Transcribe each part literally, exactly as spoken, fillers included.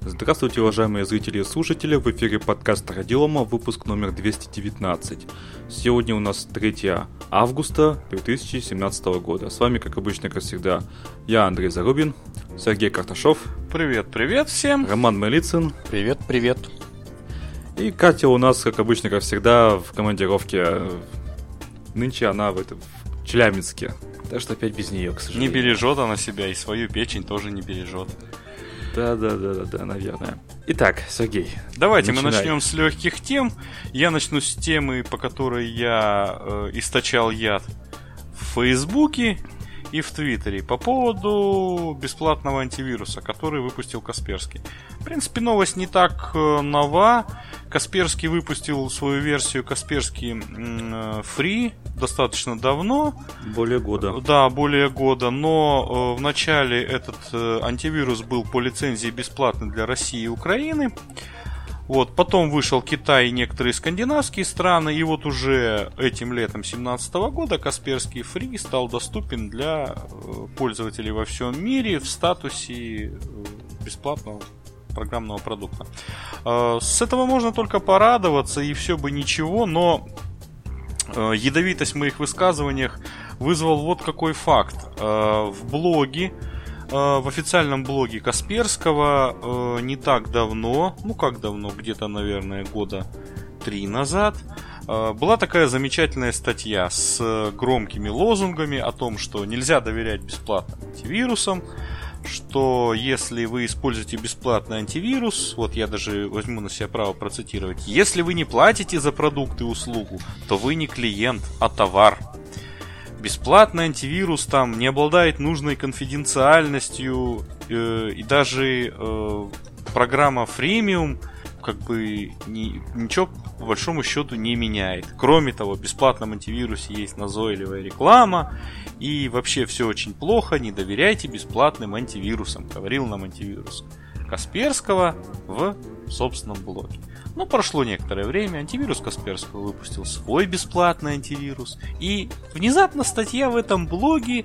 Здравствуйте, уважаемые зрители и слушатели, в эфире подкаст Радиома, выпуск номер двести девятнадцать. Сегодня у нас третьего августа две тысячи семнадцатого года. С вами, как обычно, как всегда, я, Андрей Зарубин, Сергей Карташов. Привет, привет всем. Роман Мелицын. Привет, привет. И Катя у нас, как обычно, как всегда, в командировке. Нынче она в, это, в Челябинске. Так что опять без нее, к сожалению. Не бережет она себя, и свою печень тоже не бережет. Да-да-да, наверное. Итак, Сергей, давайте начинай. Мы начнем с легких тем. Я начну с темы, по которой я э, источал яд в Фейсбуке и в Твиттере по поводу бесплатного антивируса, который выпустил Касперский. В принципе, новость не так э, нова. Касперский выпустил свою версию Касперский э, Free достаточно давно. Более года. Да, более года. Но э, в начале этот э, антивирус был по лицензии бесплатный для России и Украины. Вот, потом вышел Китай и некоторые скандинавские страны. И вот уже этим летом две тысячи семнадцатого года Касперский Free стал доступен для э, пользователей во всем мире в статусе э, бесплатного программного продукта. Э, с этого можно только порадоваться, и все бы ничего, но э, ядовитость в моих высказываниях вызвал вот какой факт. Э, в блоге В официальном блоге Касперского э, не так давно, ну как давно, где-то, наверное, года три назад, э, была такая замечательная статья с громкими лозунгами о том, что нельзя доверять бесплатным антивирусам, что если вы используете бесплатный антивирус, вот я даже возьму на себя право процитировать, если вы не платите за продукт и услугу, то вы не клиент, а товар. Бесплатный антивирус там не обладает нужной конфиденциальностью, э, и даже э, программа Freemium как бы ни, ничего по большому счету не меняет. Кроме того, в бесплатном антивирусе есть назойливая реклама, и вообще все очень плохо, не доверяйте бесплатным антивирусам, говорил нам антивирус Касперского в собственном блоге. Но прошло некоторое время, антивирус Касперского выпустил свой бесплатный антивирус, и внезапно статья в этом блоге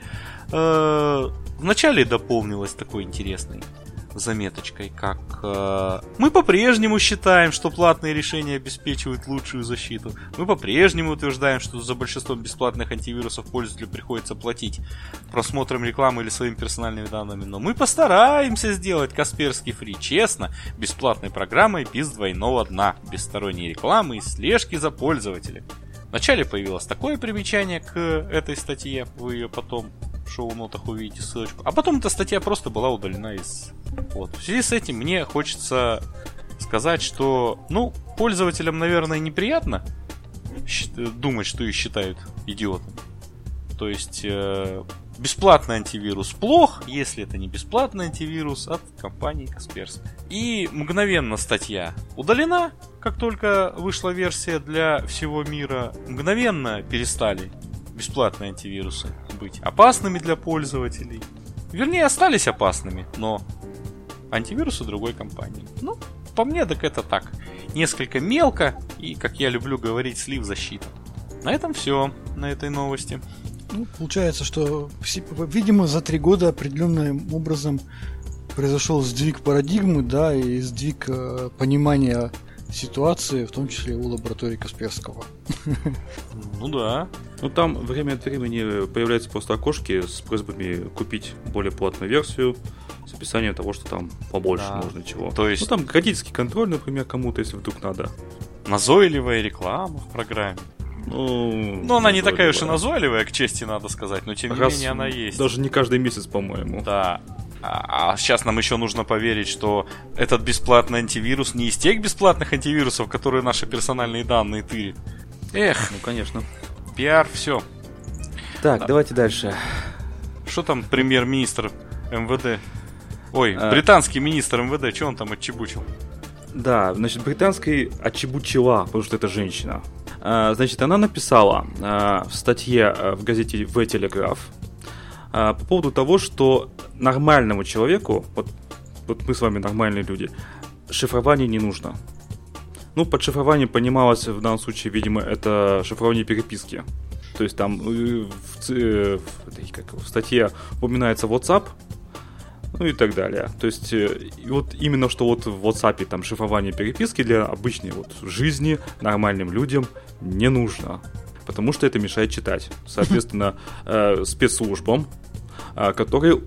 э, вначале дополнилась такой интересной заметочкой, как э, мы по-прежнему считаем, что платные решения обеспечивают лучшую защиту. Мы по-прежнему утверждаем, что за большинством бесплатных антивирусов пользователю приходится платить просмотром рекламы или своими персональными данными. Но мы постараемся сделать Касперский Free честно, бесплатной программой без двойного дна, без сторонней рекламы и слежки за пользователем. Вначале появилось такое примечание к этой статье, вы ее потом в шоу-нотах увидите ссылочку. А потом эта статья просто была удалена из... Вот. В связи с этим мне хочется сказать, что, ну, пользователям, наверное, неприятно думать, что их считают идиотами. То есть, э, бесплатный антивирус плох, если это не бесплатный антивирус от компании Касперский. И мгновенно статья удалена, как только вышла версия для всего мира. Мгновенно перестали бесплатные антивирусы быть опасными для пользователей. Вернее, остались опасными, но антивирусы другой компании. Ну, по мне, так это так. Несколько мелко и, как я люблю говорить, слив защиты. На этом все, на этой новости. Ну, получается, что, видимо, за три года определенным образом произошел сдвиг парадигмы, да, и сдвиг э, понимания ситуации, в том числе у лаборатории Касперского. Ну да. Ну там время от времени появляются просто окошки с просьбами купить более платную версию с описанием того, что там побольше да. можно чего. То есть... Ну там родительский контроль, например, кому-то, если вдруг надо. Назойливая реклама в программе. Ну, но она не такая уж и назойливая, к чести надо сказать, но тем не Раз менее она есть. Даже не каждый месяц, по-моему. Да. А, а сейчас нам еще нужно поверить, что этот бесплатный антивирус не из тех бесплатных антивирусов, которые наши персональные данные тырят. Эх. Ну, конечно. Пиар, все. Так, да. Давайте дальше. Что там премьер-министр эм вэ дэ? Ой, а... британский министр эм вэ дэ, что он там отчебучил? Да, значит, британский отчебучила, потому что это женщина. А, значит, она написала а, в статье а, в газете The Telegraph а, по поводу того, что нормальному человеку, вот, вот мы с вами нормальные люди, шифрование не нужно. Ну, под шифрованием понималось в данном случае, видимо, это шифрование переписки. То есть там в, в, в, как, в статье упоминается WhatsApp, ну и так далее. То есть, и вот именно что вот в WhatsApp там шифрование переписки для обычной вот жизни нормальным людям не нужно, потому что это мешает читать. Соответственно, э, спецслужбам, э, которые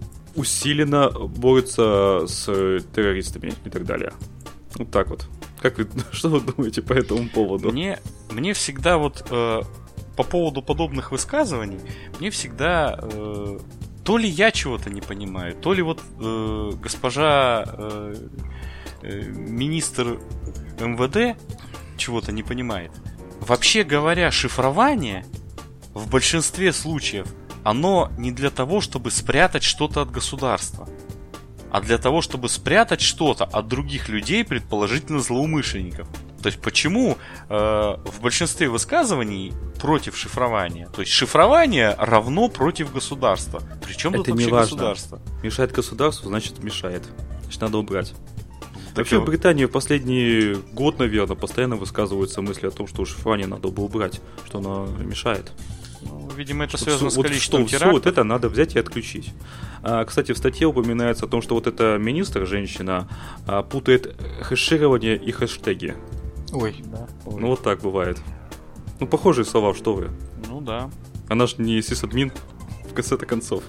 усиленно борются с террористами и так далее. Вот так вот. Как вы, что вы думаете по этому поводу? Мне, мне всегда вот э, по поводу подобных высказываний, мне всегда э, то ли я чего-то не понимаю, то ли вот э, госпожа э, э, министр эм вэ дэ чего-то не понимает. Вообще говоря, шифрование в большинстве случаев оно не для того, чтобы спрятать что-то от государства, а для того, чтобы спрятать что-то от других людей, предположительно злоумышленников. То есть почему э, в большинстве высказываний против шифрования? То есть шифрование равно против государства. Причем тут это вообще не важно. Государство? Мешает государству, значит мешает. Значит, надо убрать. Так Вообще его... в Британии в последний год, наверное, постоянно высказываются мысли о том, что шифрование надо бы убрать, что оно мешает. Ну, видимо, это Что связано вот, с количеством вот, терактов. Все вот это надо взять и отключить. А, кстати, в статье упоминается о том, что вот эта министр, женщина, а, путает хэширование и хэштеги. Ой, да. Ой. Ну вот так бывает. Ну, похожие слова, что вы. Ну да. Она же не сисадмин в конце-то концов.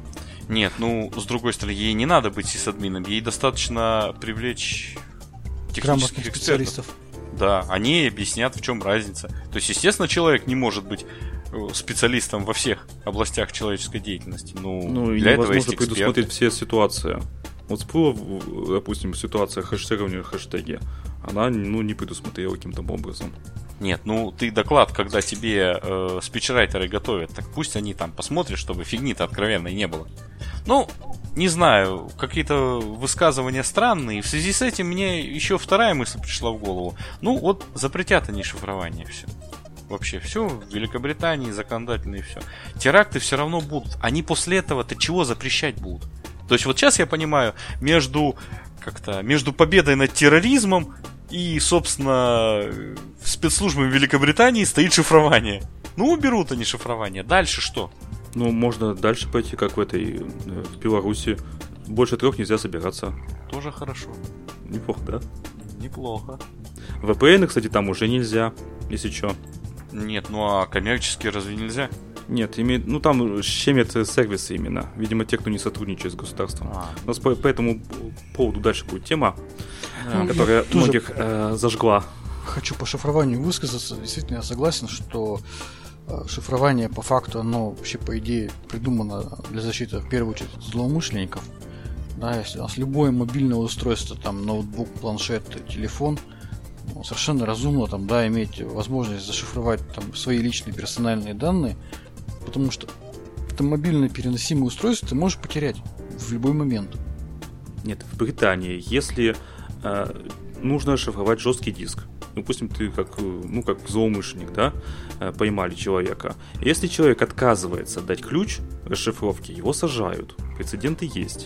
Нет, ну, с другой стороны, ей не надо быть сисадмином, ей достаточно привлечь технических Грамотных экспертов. специалистов. Да, они объяснят, в чем разница. То есть, естественно, человек не может быть специалистом во всех областях человеческой деятельности. Ну, Ну, и для этого невозможно есть эксперты. предусмотреть все ситуации. Вот всплыла, допустим, ситуация хэширования хэштеги. Она, ну, не предусмотрела каким-то образом. Нет, ну ты доклад, когда тебе э, спичрайтеры готовят, так пусть они там посмотрят, чтобы фигни-то откровенной не было. Ну, не знаю, какие-то высказывания странные. И в связи с этим мне еще вторая мысль пришла в голову. Ну, вот запретят они шифрование, все. Вообще все в Великобритании законодательно и все. Теракты все равно будут. Они после этого-то чего запрещать будут? То есть вот сейчас я понимаю, между как-то между победой над терроризмом и, собственно, спецслужбами Великобритании стоит шифрование. Ну, уберут они шифрование. Дальше что? Ну, можно дальше пойти, как в этой, в Беларуси. Больше трех нельзя собираться. Тоже хорошо. Неплохо, да? Неплохо. вэ пэ эн, кстати, там уже нельзя, если что. Нет, ну а коммерческие разве нельзя? Нет, име... ну там щемят сервисы именно. Видимо, те, кто не сотрудничает с государством. А. У нас по, по этому поводу дальше будет тема, Ну, которая тоже многих э, зажгла. Хочу по шифрованию высказаться. Действительно, я согласен, что э, шифрование по факту, оно вообще, по идее, придумано для защиты, в первую очередь, от злоумышленников. Да, если у нас любое мобильное устройство, там, ноутбук, планшет, телефон, ну, совершенно разумно там, да, иметь возможность зашифровать там свои личные персональные данные, потому что это мобильное переносимое устройство ты можешь потерять в любой момент. Нет, в Британии, если э, нужно шифровать жесткий диск, допустим, ты как, ну, как злоумышленник, да, э, поймали человека. Если человек отказывается дать ключ расшифровки, его сажают. Прецеденты есть.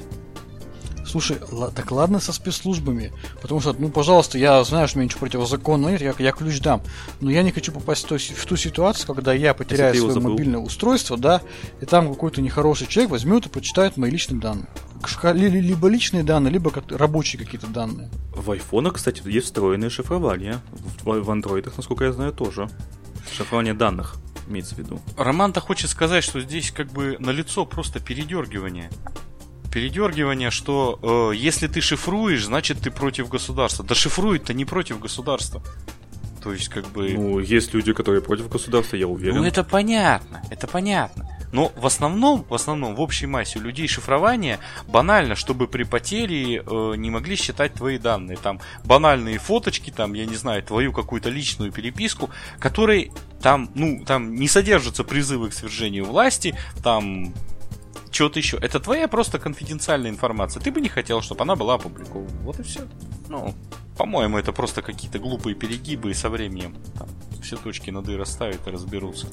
Слушай, л- так ладно со спецслужбами, потому что, ну, пожалуйста, я знаю, что у меня ничего противозаконного нет, я, я ключ дам, но я не хочу попасть в, то, в ту ситуацию, когда я потеряю Если ты его свое забыл. мобильное устройство, да, и там какой-то нехороший человек возьмет и почитает мои личные данные. К- ли- ли- Либо личные данные, либо как рабочие какие-то данные. В айфонах, кстати, есть встроенное шифрование. В, в андроидах, насколько я знаю, тоже. Шифрование данных имеется в виду. Роман-то хочет сказать, что здесь как бы налицо просто передергивание. Передергивание, что э, если ты шифруешь, значит ты против государства. Да шифрует-то не против государства. То есть как бы... Ну, есть люди, которые против государства, я уверен. Ну это понятно, это понятно. Но в основном, в основном, в общей массе у людей шифрование банально, чтобы при потере э, не могли считать твои данные. Там банальные фоточки, там, я не знаю, твою какую-то личную переписку, которые там, ну, там не содержатся призывы к свержению власти, там что-то еще. Это твоя просто конфиденциальная информация. Ты бы не хотел, чтобы она была опубликована. Вот и все. Ну, по-моему, это просто какие-то глупые перегибы, и со временем там все точки над «и» расставят и разберутся.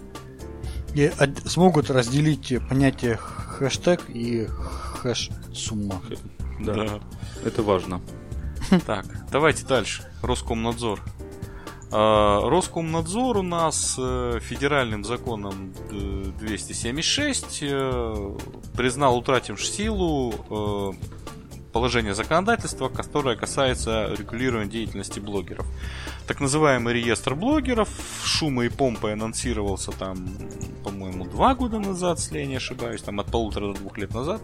И од- смогут разделить понятие хэштег и хэш-сумма. Да, Да. это важно. Так, давайте дальше. Роскомнадзор. Роскомнадзор у нас федеральным законом двести семьдесят шесть признал утратившим силу положение законодательства, которое касается регулирования деятельности блогеров. Так называемый реестр блогеров шумой и помпой анонсировался там, по-моему, два года назад, если я не ошибаюсь, там от полутора до двух лет назад.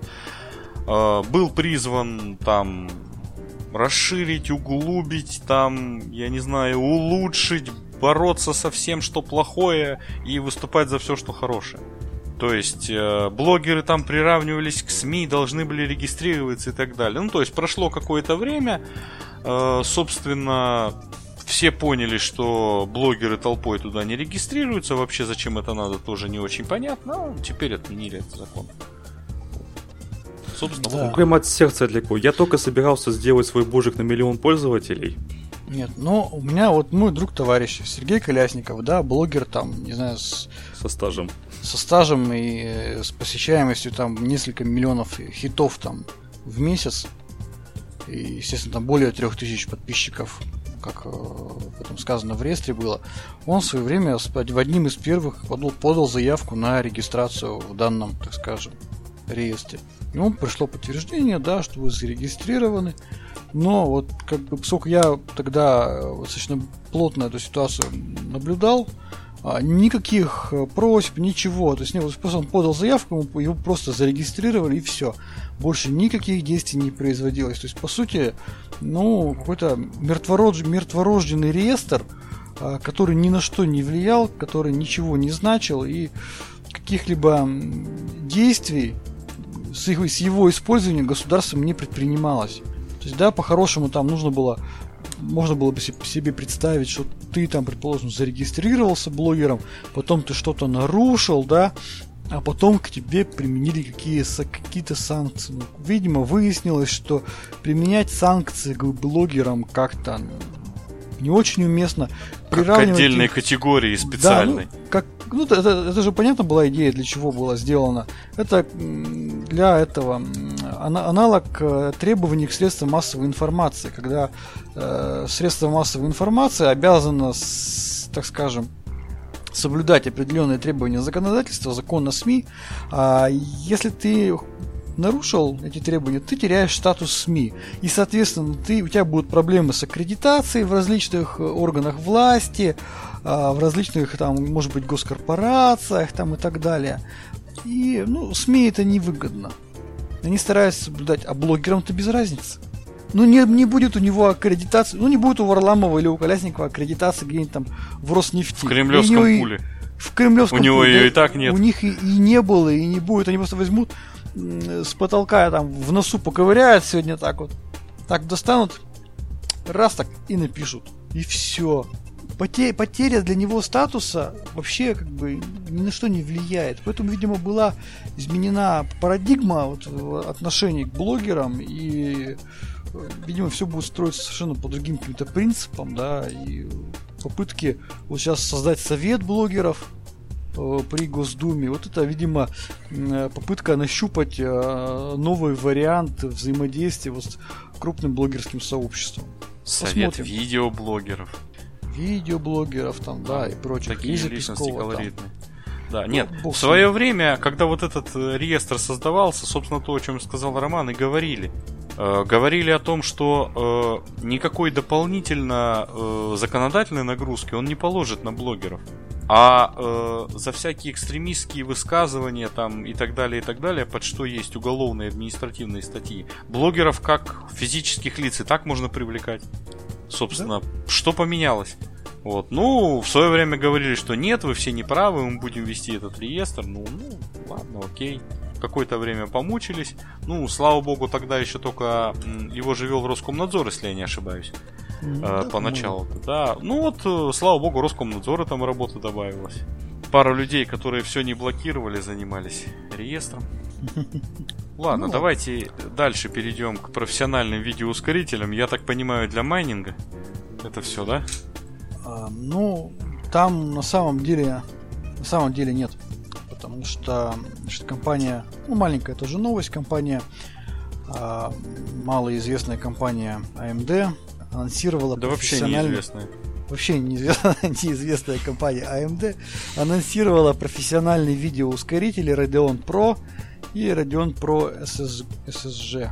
Был призван там расширить, углубить, там, я не знаю, улучшить, бороться со всем, что плохое, и выступать за все, что хорошее. То есть э, блогеры там приравнивались к СМИ, должны были регистрироваться и так далее. Ну, то есть прошло какое-то время, э, собственно, все поняли, что блогеры толпой туда не регистрируются, вообще зачем это надо, тоже не очень понятно, но теперь отменили этот закон. Собственно, да. Прямо от сердца отвлеку. Я только собирался сделать свой божик на миллион пользователей. Нет, но у меня вот мой друг-товарищ Сергей Колясников, да, блогер там, не знаю, с... со стажем. Со стажем и э, с посещаемостью там несколько миллионов хитов там в месяц. И, естественно, там более трех тысяч подписчиков, как э, потом сказано в реестре было. Он в свое время в одним из первых подал, подал заявку на регистрацию в данном, так скажем, реестре. Ему пришло подтверждение, да, что вы зарегистрированы. Но вот как бы, поскольку я тогда достаточно плотно эту ситуацию наблюдал, никаких просьб, ничего. То есть не, просто он подал заявку, его просто зарегистрировали и все. Больше никаких действий не производилось. То есть, по сути, ну, какой-то мертворож... мертворожденный реестр, который ни на что не влиял, который ничего не значил, и каких-либо действий с его, с его использованием государством не предпринималось. То есть, да, по-хорошему там нужно было, можно было бы себе представить, что ты там, предположим, зарегистрировался блогером, потом ты что-то нарушил, да, а потом к тебе применили какие, какие-то санкции. Ну, видимо, выяснилось, что применять санкции к блогерам как-то не очень уместно. Как к отдельной их... категории специальной. Да, ну, как, ну, это, это же понятно была идея, для чего было сделано. Это для этого аналог требований к средствам массовой информации, когда э, средства массовой информации обязаны, с, так скажем, соблюдать определенные требования законодательства, закона СМИ. А если ты нарушил эти требования, ты теряешь статус СМИ. И, соответственно, ты, у тебя будут проблемы с аккредитацией в различных органах власти, в различных, там, может быть, госкорпорациях там, и так далее. И, ну, СМИ это невыгодно. Они стараются соблюдать, а блогерам-то без разницы. Ну, не, не будет у него аккредитации, ну, не будет у Варламова или у Колясникова аккредитации где-нибудь там в Роснефти. В кремлевском и, пуле. В кремлевском у него пуле. ее Да, и так нет. У них и, и не было, и не будет. Они просто возьмут с потолка там в носу поковыряют сегодня так вот. Так достанут, раз так и напишут. И все. Потеря, потеря для него статуса вообще как бы ни на что не влияет. Поэтому, видимо, была изменена парадигма вот, отношений к блогерам, и, видимо, все будет строиться совершенно по другим каким-то принципам, да, и попытки вот сейчас создать совет блогеров э, при Госдуме, вот это, видимо, попытка нащупать э, новый вариант взаимодействия вот с крупным блогерским сообществом. Совет Посмотрим. Видеоблогеров. Видеоблогеров там, да, и прочих. Такие личности колоритные. Да, Ну, нет, в свое время, когда вот этот реестр создавался, собственно, то, о чем сказал Роман, и говорили. Э, говорили о том, что э, никакой дополнительно э, законодательной нагрузки он не положит на блогеров. А э, за всякие экстремистские высказывания там и так далее, и так далее, под что есть уголовные административные статьи, блогеров как физических лиц и так можно привлекать. Собственно, да? Что поменялось? Вот. Ну, в свое время говорили, что нет, вы все неправы, мы будем вести этот реестр. Ну, ну, ладно, окей. Какое-то время помучились. Ну, слава богу, тогда еще только его же вел Роскомнадзор, если я не ошибаюсь. Mm, э, да, поначалу. Да. Ну вот, слава богу, Роскомнадзора там работа добавилась. Пара людей, которые все не блокировали, занимались реестром. Ладно, ну, давайте дальше перейдем к профессиональным видеоускорителям. Я так понимаю, для майнинга это все, да? А, ну, там на самом деле на самом деле нет. Потому что, что компания, ну, маленькая тоже новость, компания, малоизвестная компания эй эм ди анонсировала да профессиональный... вообще неизвестная. вообще неизвестная, неизвестная компания эй эм ди, анонсировала профессиональный видеоускоритель Radeon Pro и Radeon Pro эс эс джи.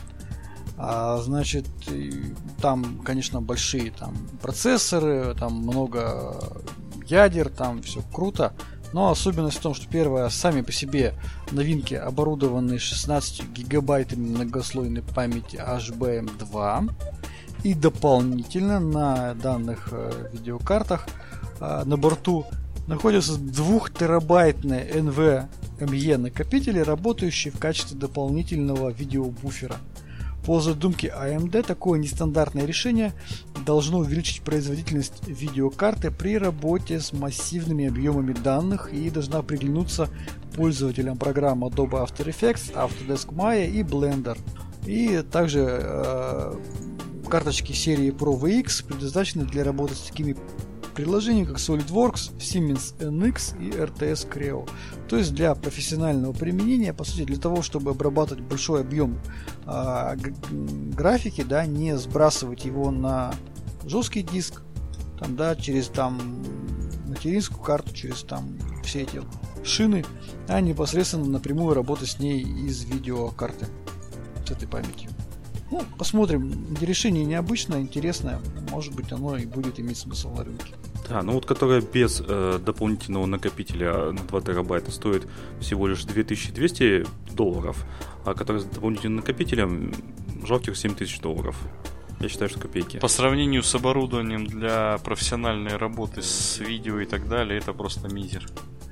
А, значит, там, конечно, большие там процессоры, там много ядер, там все круто. Но особенность в том, что первое, сами по себе новинки оборудованы шестнадцатью гигабайтами многослойной памяти эйч би эм два. И дополнительно на данных э, видеокартах э, на борту находятся двухтерабайтные эн ви эм и накопители, работающие в качестве дополнительного видеобуфера. По задумке эй эм ди, такое нестандартное решение должно увеличить производительность видеокарты при работе с массивными объемами данных и должна приглянуться пользователям программ Adobe After Effects, Autodesk Maya и Blender. И также э, карточки серии Pro ви экс предназначены для работы с такими приложениями, как SolidWorks, Siemens эн икс и эр ти эс Creo. То есть для профессионального применения, по сути, для того, чтобы обрабатывать большой объем э, графики, да, не сбрасывать его на жесткий диск, там, да, через там материнскую карту, через там все эти шины, а непосредственно напрямую работать с ней из видеокарты, с этой памятью. Ну, посмотрим. Решение необычное, интересное. Может быть, оно и будет иметь смысл на рынке. Да, ну вот которая без э, дополнительного накопителя на два терабайта стоит всего лишь две тысячи двести долларов, а которая с дополнительным накопителем жалких семь тысяч долларов. Я считаю, что копейки. По сравнению с оборудованием для профессиональной работы с видео и так далее, это просто мизер.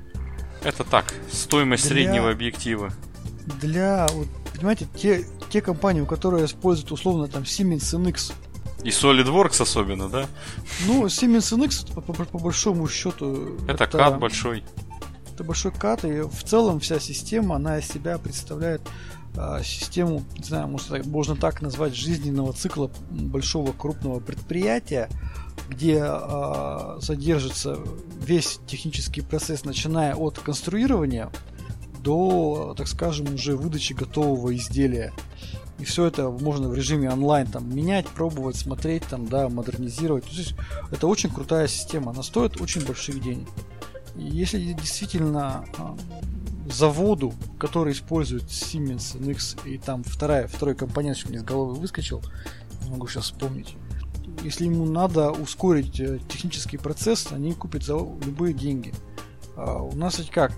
Это так, стоимость для... среднего объектива. Для, вот, понимаете, те, те компании, которые используют условно там Siemens эн икс. И SolidWorks особенно, да? Ну, Siemens эн икс по, по, по большому счету... Это, это кат большой. Это большой кат, и в целом вся система, она из себя представляет а, систему, не знаю, можно, можно так назвать, жизненного цикла большого крупного предприятия, где а, содержится весь технический процесс, начиная от конструирования до, так скажем, уже выдачи готового изделия. И все это можно в режиме онлайн там менять, пробовать, смотреть, там, да, модернизировать. То есть это очень крутая система, она стоит очень больших денег. И если действительно а, заводу, который использует Siemens эн икс, и там вторая, второй компонент, что мне из головы выскочил, не могу сейчас вспомнить. Если ему надо ускорить технический процесс, они купят за любые деньги. А у нас ведь как?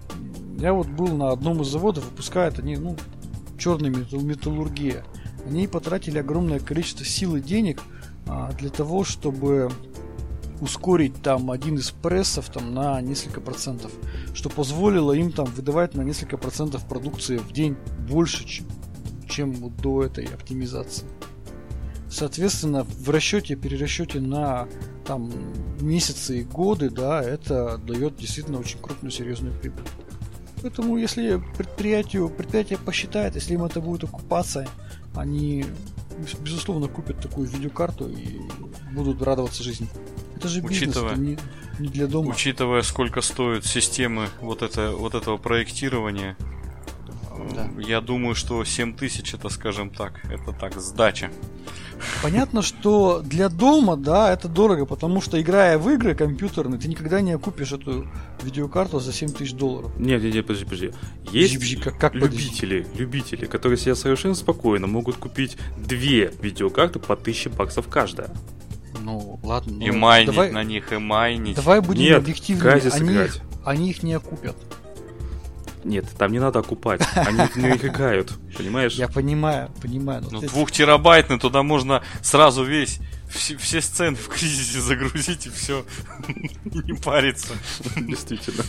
Я вот был на одном из заводов, выпускают они, ну, черная металлургия. Они потратили огромное количество сил и денег а, для того, чтобы ускорить там один из прессов там, на несколько процентов, что позволило им там выдавать на несколько процентов продукции в день больше, чем, чем вот до этой оптимизации. Соответственно, в расчете, перерасчете на там месяцы и годы, да, это дает действительно очень крупную серьезную прибыль. Поэтому, если предприятию, предприятие посчитает, если им это будет окупаться, они, безусловно, купят такую видеокарту и будут радоваться жизни. Это же бизнес, учитывая, это не, не для дома. Учитывая, сколько стоят системы вот, это, вот этого проектирования, да. Я думаю, что семь тысяч это, скажем так, это так, сдача. Понятно, что для дома, да, это дорого, потому что, играя в игры компьютерные, ты никогда не окупишь эту видеокарту за семь тысяч долларов. Нет, нет, нет, подожди, подожди. Есть подожди, как, как любители, подожди? любители, которые себе совершенно спокойно могут купить две видеокарты по тысяче баксов каждая. Ну, ладно. Ну, и майнить давай, на них, и майнить. Давай будем нет, объективными, они их, они их не окупят. Нет, там не надо окупать. Они не их играют, понимаешь? Я понимаю, понимаю. Ну, двухтерабайтный, туда можно сразу весь, все, все сцены в кризисе загрузить и все. Не париться. Действительно.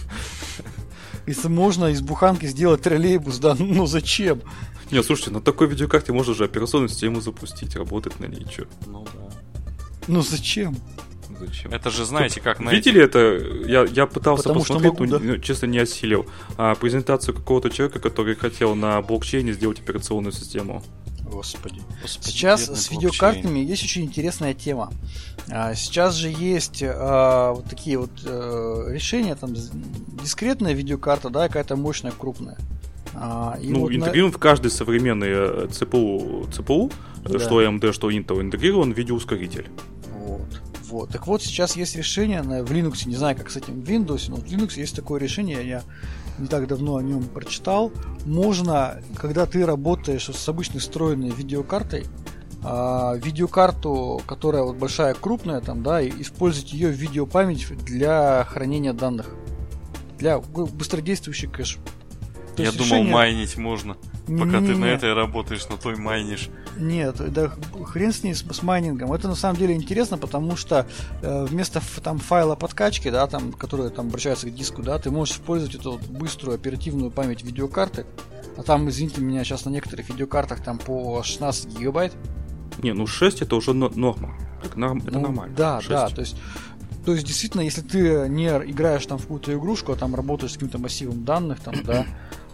Если можно из буханки сделать троллейбус, да, ну зачем? Не, слушайте, на такой видеокарте можно же операционную систему запустить, работать на ней, что? Ну да. Ну зачем? Зачем? Это же знаете, как на Видели это? Я, я пытался Потому посмотреть, могу, но, да? ну, честно, не осилил. А, презентацию какого-то человека, который хотел на блокчейне сделать операционную систему. Господи. Господи сейчас с видеокартами блокчейн. Есть очень интересная тема. А, сейчас же есть а, вот такие вот а, решения, там дискретная видеокарта, да, какая-то мощная, крупная. А, и ну, вот интегрирован на... в каждый современный ЦПУ, ЦПУ да. Что эй эм ди, что Intel, интегрирован видеоускоритель. Вот. Вот. Так вот, сейчас есть решение на, в Linux, не знаю, как с этим в Windows, но в Linux есть такое решение, я не так давно о нем прочитал. Можно, когда ты работаешь с обычной встроенной видеокартой, а, видеокарту, которая вот большая, крупная, там, да, и использовать ее в видеопамять для хранения данных. Для быстродействующий кэш. То Я думал, решение... майнить можно. Пока не, ты не, на не. этой работаешь, на той майнишь. Нет, да хрен с ней, с, с майнингом. Это на самом деле интересно, потому что э, вместо ф, там файла подкачки, да, там, который там обращается к диску, да, ты можешь использовать эту вот быструю оперативную память видеокарты. А там, извините меня, сейчас на некоторых видеокартах там по шестнадцать гигабайт. Не, ну шесть это уже норма. Это, норм, это ну, нормально. Да, шесть. Да, то есть. То есть, действительно, если ты не играешь там в какую-то игрушку, а там работаешь с каким-то массивом данных, там, да,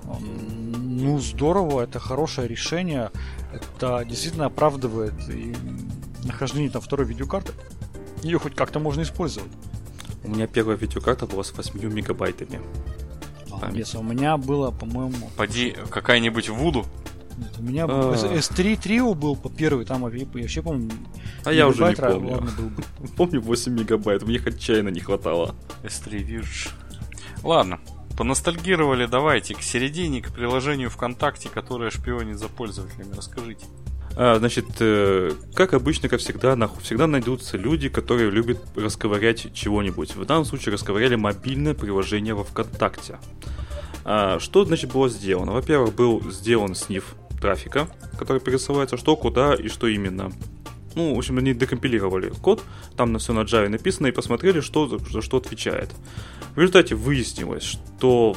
ну, здорово, это хорошее решение. Это действительно оправдывает и нахождение там второй видеокарты. Ее хоть как-то можно использовать. У меня первая видеокарта была с восемью мегабайтами. Молодец, а у меня было, по-моему... Поди, какая-нибудь Voodoo? Нет, у меня был эс три Trio был по первый, там вообще, по-моему... А я уже не помню. Помню восемь мегабайт, мне отчаянно не хватало. эс три Virge. Ладно, поностальгировали, давайте к середине, к приложению ВКонтакте, которое шпионит за пользователями. Расскажите. А, значит, э, как обычно, как всегда, нахуй, всегда найдутся люди, которые любят расковырять чего-нибудь. В данном случае расковыряли мобильное приложение во ВКонтакте. А, что, значит, было сделано? Во-первых, был сделан сниф трафика, который пересылается, что, куда и что именно. Ну, в общем, они декомпилировали код, там на все на Java написано, и посмотрели, что за что отвечает. В результате выяснилось, что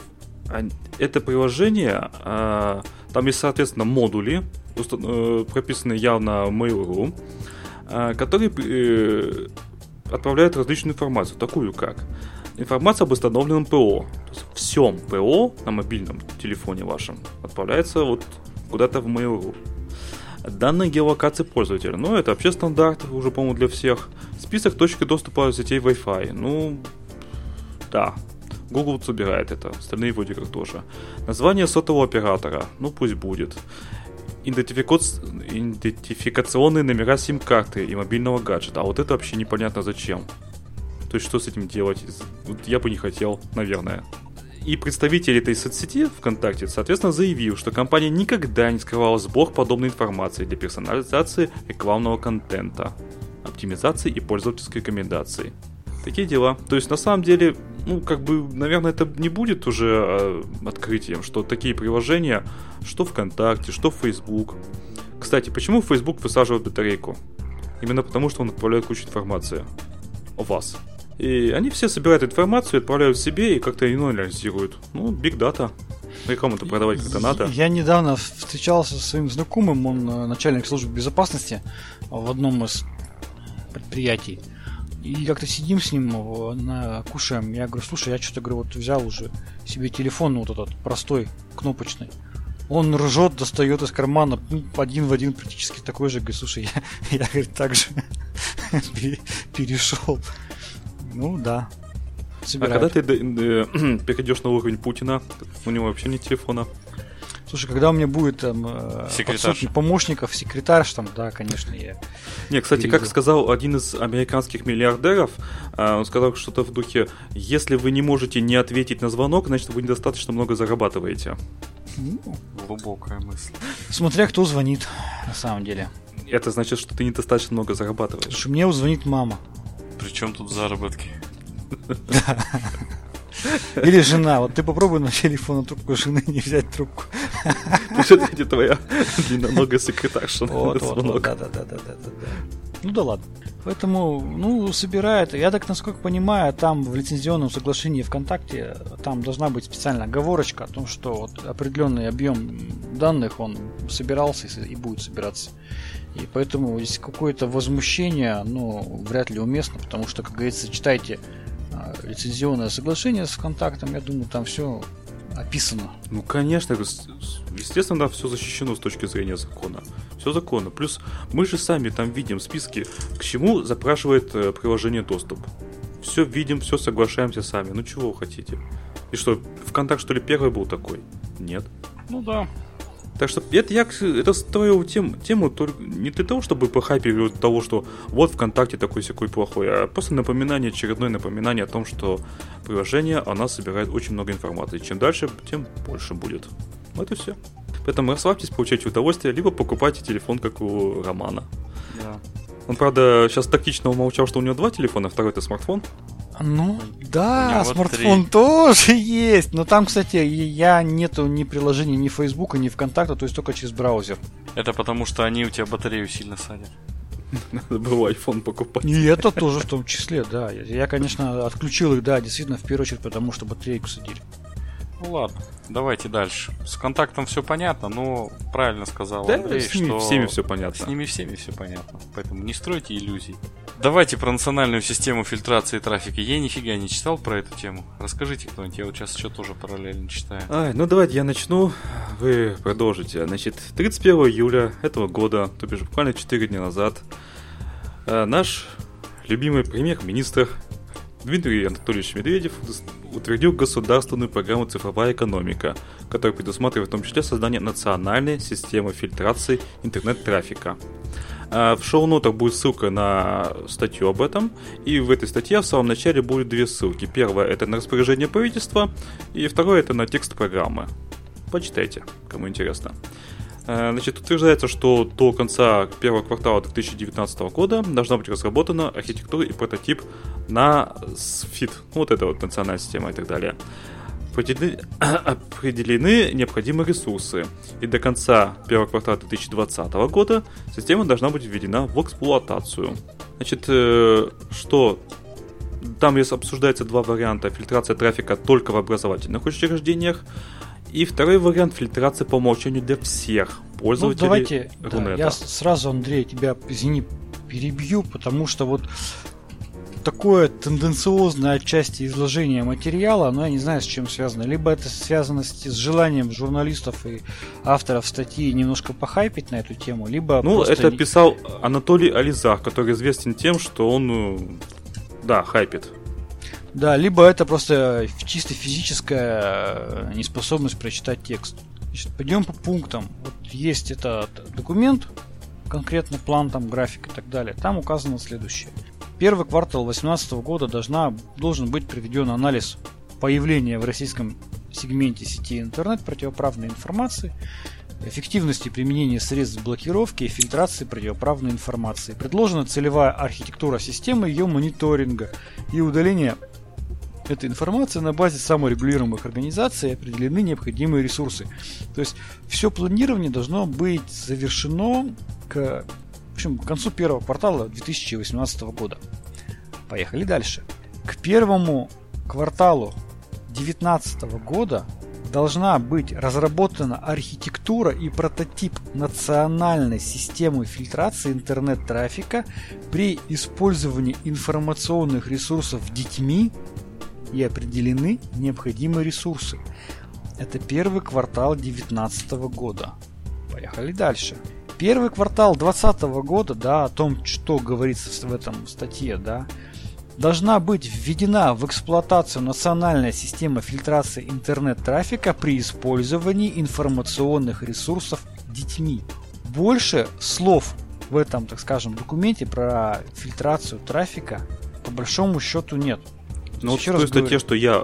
это приложение, а, там есть, соответственно, модули, прописанные явно Mail.ru, а, которые э, отправляют различную информацию, такую как информация об установленном ПО. То есть всем ПО на мобильном телефоне вашем отправляется вот куда-то в Mail.ru. Данные геолокации пользователя. Ну, это вообще стандарт, уже, по-моему, для всех. Список точек доступа сетей Wi-Fi. Ну, да. Google собирает это. Остальные вроде как тоже. Название сотового оператора. Ну, пусть будет. Идентифика... Идентификационные номера сим-карты и мобильного гаджета. А вот это вообще непонятно зачем. То есть, что с этим делать? Вот я бы не хотел, наверное. И представитель этой соцсети ВКонтакте, соответственно, заявил, что компания никогда не скрывала сбор подобной информации для персонализации рекламного контента, оптимизации и пользовательской рекомендации. Такие дела. То есть, на самом деле, ну, как бы, наверное, это не будет уже э, открытием, что такие приложения, что ВКонтакте, что Facebook. Кстати, почему Facebook высаживает батарейку? Именно потому, что он отправляет кучу информации о вас. И они все собирают информацию, отправляют себе и как-то ее анализируют. Ну, big data. Рекламу-то продавать как-то надо. Я недавно встречался со своим знакомым, он начальник службы безопасности в одном из предприятий. И как-то сидим с ним, на, кушаем. Я говорю, слушай, я что-то говорю, вот взял уже себе телефон, вот этот простой, кнопочный. Он ржет, достает из кармана, один в один практически такой же. Говорит, слушай, я, я говорит, так же перешел. Ну да. Собирают. А когда ты э, э, перейдешь на уровень Путина, у него вообще нет телефона. Слушай, когда у меня будет там сотни помощников, секретарь, там, да, конечно, я. Не, кстати, перейду. Как сказал один из американских миллиардеров, он сказал что-то в духе: если вы не можете не ответить на звонок, значит вы недостаточно много зарабатываете. Ну, глубокая мысль. Смотря кто звонит, на самом деле. Это значит, что ты недостаточно много зарабатываешь. Слушай, мне звонит мама. При чем тут заработки? Или жена. Вот ты попробуй на телефон трубку жены не взять трубку. Это твоя длинноногая секретарша. Вот, вот, да, да, да, да, да. Ну да ладно. Поэтому, ну, собирает. Я так, насколько понимаю, там в лицензионном соглашении ВКонтакте там должна быть специальная оговорочка о том, что вот определенный объем данных он собирался и будет собираться. И поэтому здесь какое-то возмущение, ну, вряд ли уместно, потому что, как говорится, читайте э, лицензионное соглашение с ВКонтактом, я думаю, там все описано. Ну, конечно, естественно, да, все защищено с точки зрения закона. Все законно. Плюс мы же сами там видим списки, к чему запрашивает э, приложение доступ. Все видим, все соглашаемся сами. Ну, чего вы хотите? И что, ВКонтакт, что ли, первый был такой? Нет. Ну да. Так что это я это строил тем, тему только не для того, чтобы похайпить для того, что вот ВКонтакте такой-сякой плохой, а просто напоминание, очередное напоминание о том, что приложение, оно собирает очень много информации. Чем дальше, тем больше будет. Вот и все. Поэтому расслабьтесь, получайте удовольствие, либо покупайте телефон, как у Романа. Да. Он, правда, сейчас тактично умолчал, что у него два телефона, второй это смартфон. Ну, да, вот смартфон три. тоже есть. Но там, кстати, я нету ни приложения, ни Фейсбука, ни ВКонтакта, то есть только через браузер. Это потому, что они у тебя батарею сильно садят. Надо было iPhone покупать. И это тоже в том числе, да. Я, я, конечно, отключил их, да, действительно, в первую очередь, потому что батарейку садили. Ну ладно, давайте дальше. С контактом все понятно, но правильно сказал Да, Андрей, с ними что всеми все понятно. С ними всеми все понятно. Поэтому не стройте иллюзий. Давайте про национальную систему фильтрации трафика. Я нифига не читал про эту тему. Расскажите кто-нибудь, я вот сейчас еще тоже параллельно читаю. Ай, ну давайте я начну, вы продолжите. Значит, тридцать первого июля этого года, то бишь буквально четыре дня назад, наш любимый премьер-министр Дмитрий Анатольевич Медведев утвердил государственную программу «Цифровая экономика», которая предусматривает в том числе создание национальной системы фильтрации интернет-трафика. В шоу-нотах будет ссылка на статью об этом, и в этой статье в самом начале будет две ссылки. Первая — это на распоряжение правительства, и второе — это на текст программы. Почитайте, кому интересно. Значит, утверждается, что до конца первого квартала две тысячи девятнадцатого года должна быть разработана архитектура и прототип на СФИТ, вот это вот национальная система и так далее. Определены, определены необходимые ресурсы, и до конца первого квартала две тысячи двадцатого года система должна быть введена в эксплуатацию. Значит, что там обсуждается два варианта: фильтрация трафика только в образовательных учреждениях, и второй вариант — фильтрация по умолчанию для всех пользователей. Ну, давайте, Рунета. Да, я сразу, Андрей, тебя, извини, перебью, потому что вот такое тенденциозное отчасти изложение материала, оно, я не знаю, с чем связано. Либо это связано с, с желанием журналистов и авторов статьи немножко похайпить на эту тему, либо Ну, просто... это писал Анатолий Ализах, который известен тем, что он, да, хайпит. Да, либо это просто чисто физическая неспособность прочитать текст. Значит, пойдем по пунктам. Вот есть этот документ, конкретный план, там, график и так далее. Там указано следующее. Первый квартал две тысячи восемнадцатого года должна, должен быть проведен анализ появления в российском сегменте сети интернет противоправной информации, эффективности применения средств блокировки и фильтрации противоправной информации. Предложена целевая архитектура системы, ее мониторинга и удаления этой информации на базе саморегулируемых организаций, определены необходимые ресурсы. То есть все планирование должно быть завершено к, в общем, к концу первого квартала две тысячи восемнадцатого года. Поехали дальше. К первому кварталу две тысячи девятнадцатого года должна быть разработана архитектура и прототип национальной системы фильтрации интернет-трафика при использовании информационных ресурсов детьми, и определены необходимые ресурсы. Это первый квартал две тысячи девятнадцатого года. Поехали дальше. Первый квартал две тысячи двадцатого года, да, о том, что говорится в этом статье, да, должна быть введена в эксплуатацию национальная система фильтрации интернет-трафика при использовании информационных ресурсов детьми. Больше слов в этом, так скажем, документе про фильтрацию трафика по большому счету нет. Ну, вот в той статье, что я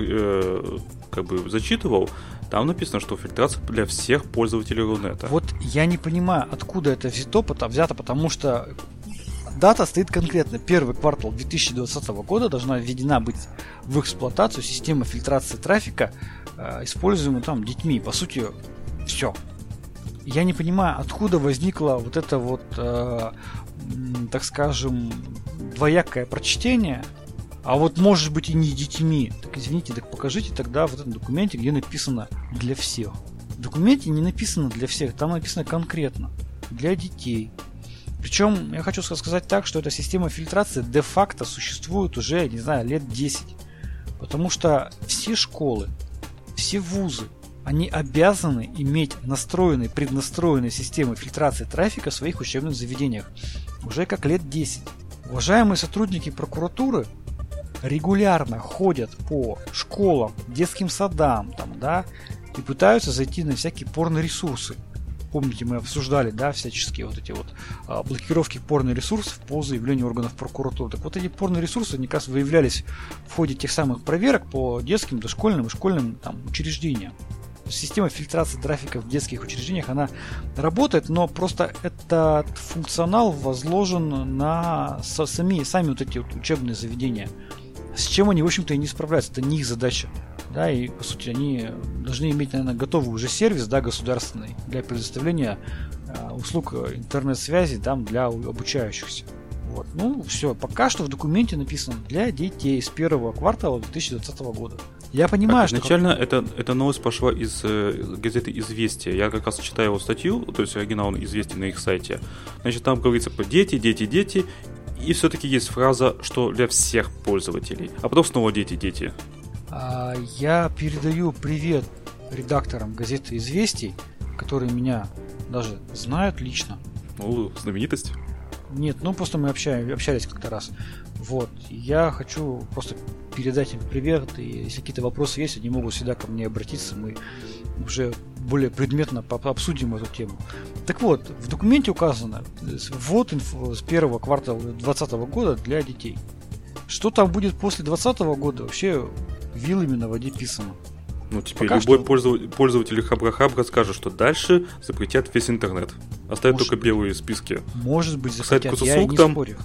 э, как бы зачитывал, там написано, что фильтрация для всех пользователей Рунета. Вот я не понимаю, откуда это взято, взято, потому что дата стоит конкретно. Первый квартал две тысячи двадцатого года должна введена быть в эксплуатацию система фильтрации трафика, э, используемая там детьми. По сути, все. Я не понимаю, откуда возникло вот это вот, э, так скажем, двоякое прочтение. А вот может быть и не детьми. Так извините, так покажите тогда в этом документе, где написано «для всех». В документе не написано «для всех», там написано конкретно «для детей». Причем я хочу сказать так, что эта система фильтрации де-факто существует уже, не знаю, лет десять. Потому что все школы, все вузы, они обязаны иметь настроенные, преднастроенные системы фильтрации трафика в своих учебных заведениях. Уже как лет десять. Уважаемые сотрудники прокуратуры регулярно ходят по школам, детским садам, там, да, и пытаются зайти на всякие порно-ресурсы. Помните, мы обсуждали, да, всяческие вот эти вот а, блокировки порно-ресурсов по заявлению органов прокуратуры. Так вот эти порно-ресурсы, они, как раз, выявлялись в ходе тех самых проверок по детским, дошкольным и школьным там учреждениям. Система фильтрации трафика в детских учреждениях, она работает, но просто этот функционал возложен на сами, сами вот эти вот учебные заведения, с чем они, в общем-то, и не справляются. Это не их задача. Да, и, по сути, они должны иметь, наверное, готовый уже сервис, да, государственный для предоставления э, услуг интернет-связи там, для обучающихся. Вот. Ну, все. Пока что в документе написано для детей с первого квартала две тысячи двадцатого года. Я понимаю, так, что... Изначально это, эта новость пошла из э, газеты «Известия». Я как раз читаю его статью, то есть оригинал «Известия» на их сайте. Значит, там говорится про дети, дети, дети. И все-таки есть фраза, что для всех пользователей. А потом снова дети, дети. А, я передаю привет редакторам газеты «Известий», которые меня даже знают лично. Ну, знаменитость. Нет, ну просто мы общаем, общались как-то раз. Вот. Я хочу просто передать им привет, и если какие-то вопросы есть, они могут всегда ко мне обратиться, мы уже более предметно обсудим эту тему. Так вот, в документе указано ввод инфо с первого квартала двадцатого года для детей. Что там будет после двадцатого года, вообще вилами на воде писано. Ну, теперь Пока любой что... пользователь, пользователь Хабра-Хабра скажет, что дальше запретят весь интернет. Оставят Может только быть. белые списки. Может быть, Сайт запретят, я не там, спорю.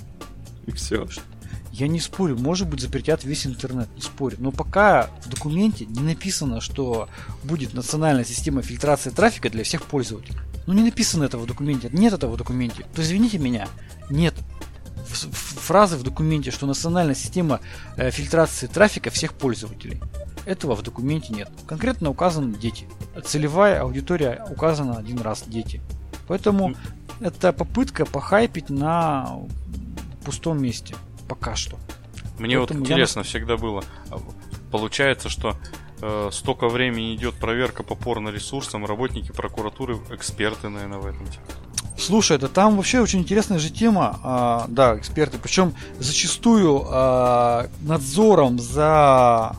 И все. Я не спорю, может быть, запретят весь интернет, не спорю. Но пока в документе не написано, что будет национальная система фильтрации трафика для всех пользователей. Ну, не написано этого в документе. Нет этого в документе. То извините меня, нет фразы в документе, что национальная система э, фильтрации трафика всех пользователей. Этого в документе нет. Конкретно указаны дети. Целевая аудитория указана один раз — дети. Поэтому mm. это попытка похайпить на пустом месте. Пока что. Мне Поэтому вот интересно я... всегда было. Получается, что э, столько времени идет проверка по порно-ресурсам, работники прокуратуры, эксперты, наверное, в этом. Слушай, это там вообще очень интересная же тема, а, да, эксперты, причем зачастую а, надзором за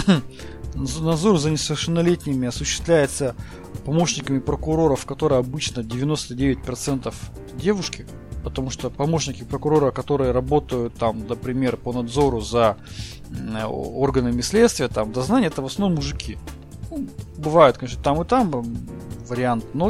надзор за несовершеннолетними осуществляется помощниками прокуроров, которые обычно девяносто девять процентов девушки, потому что помощники прокурора, которые работают там, например, по надзору за органами следствия, там дознания, это в основном мужики. Ну, бывают, конечно, там и там вариант, но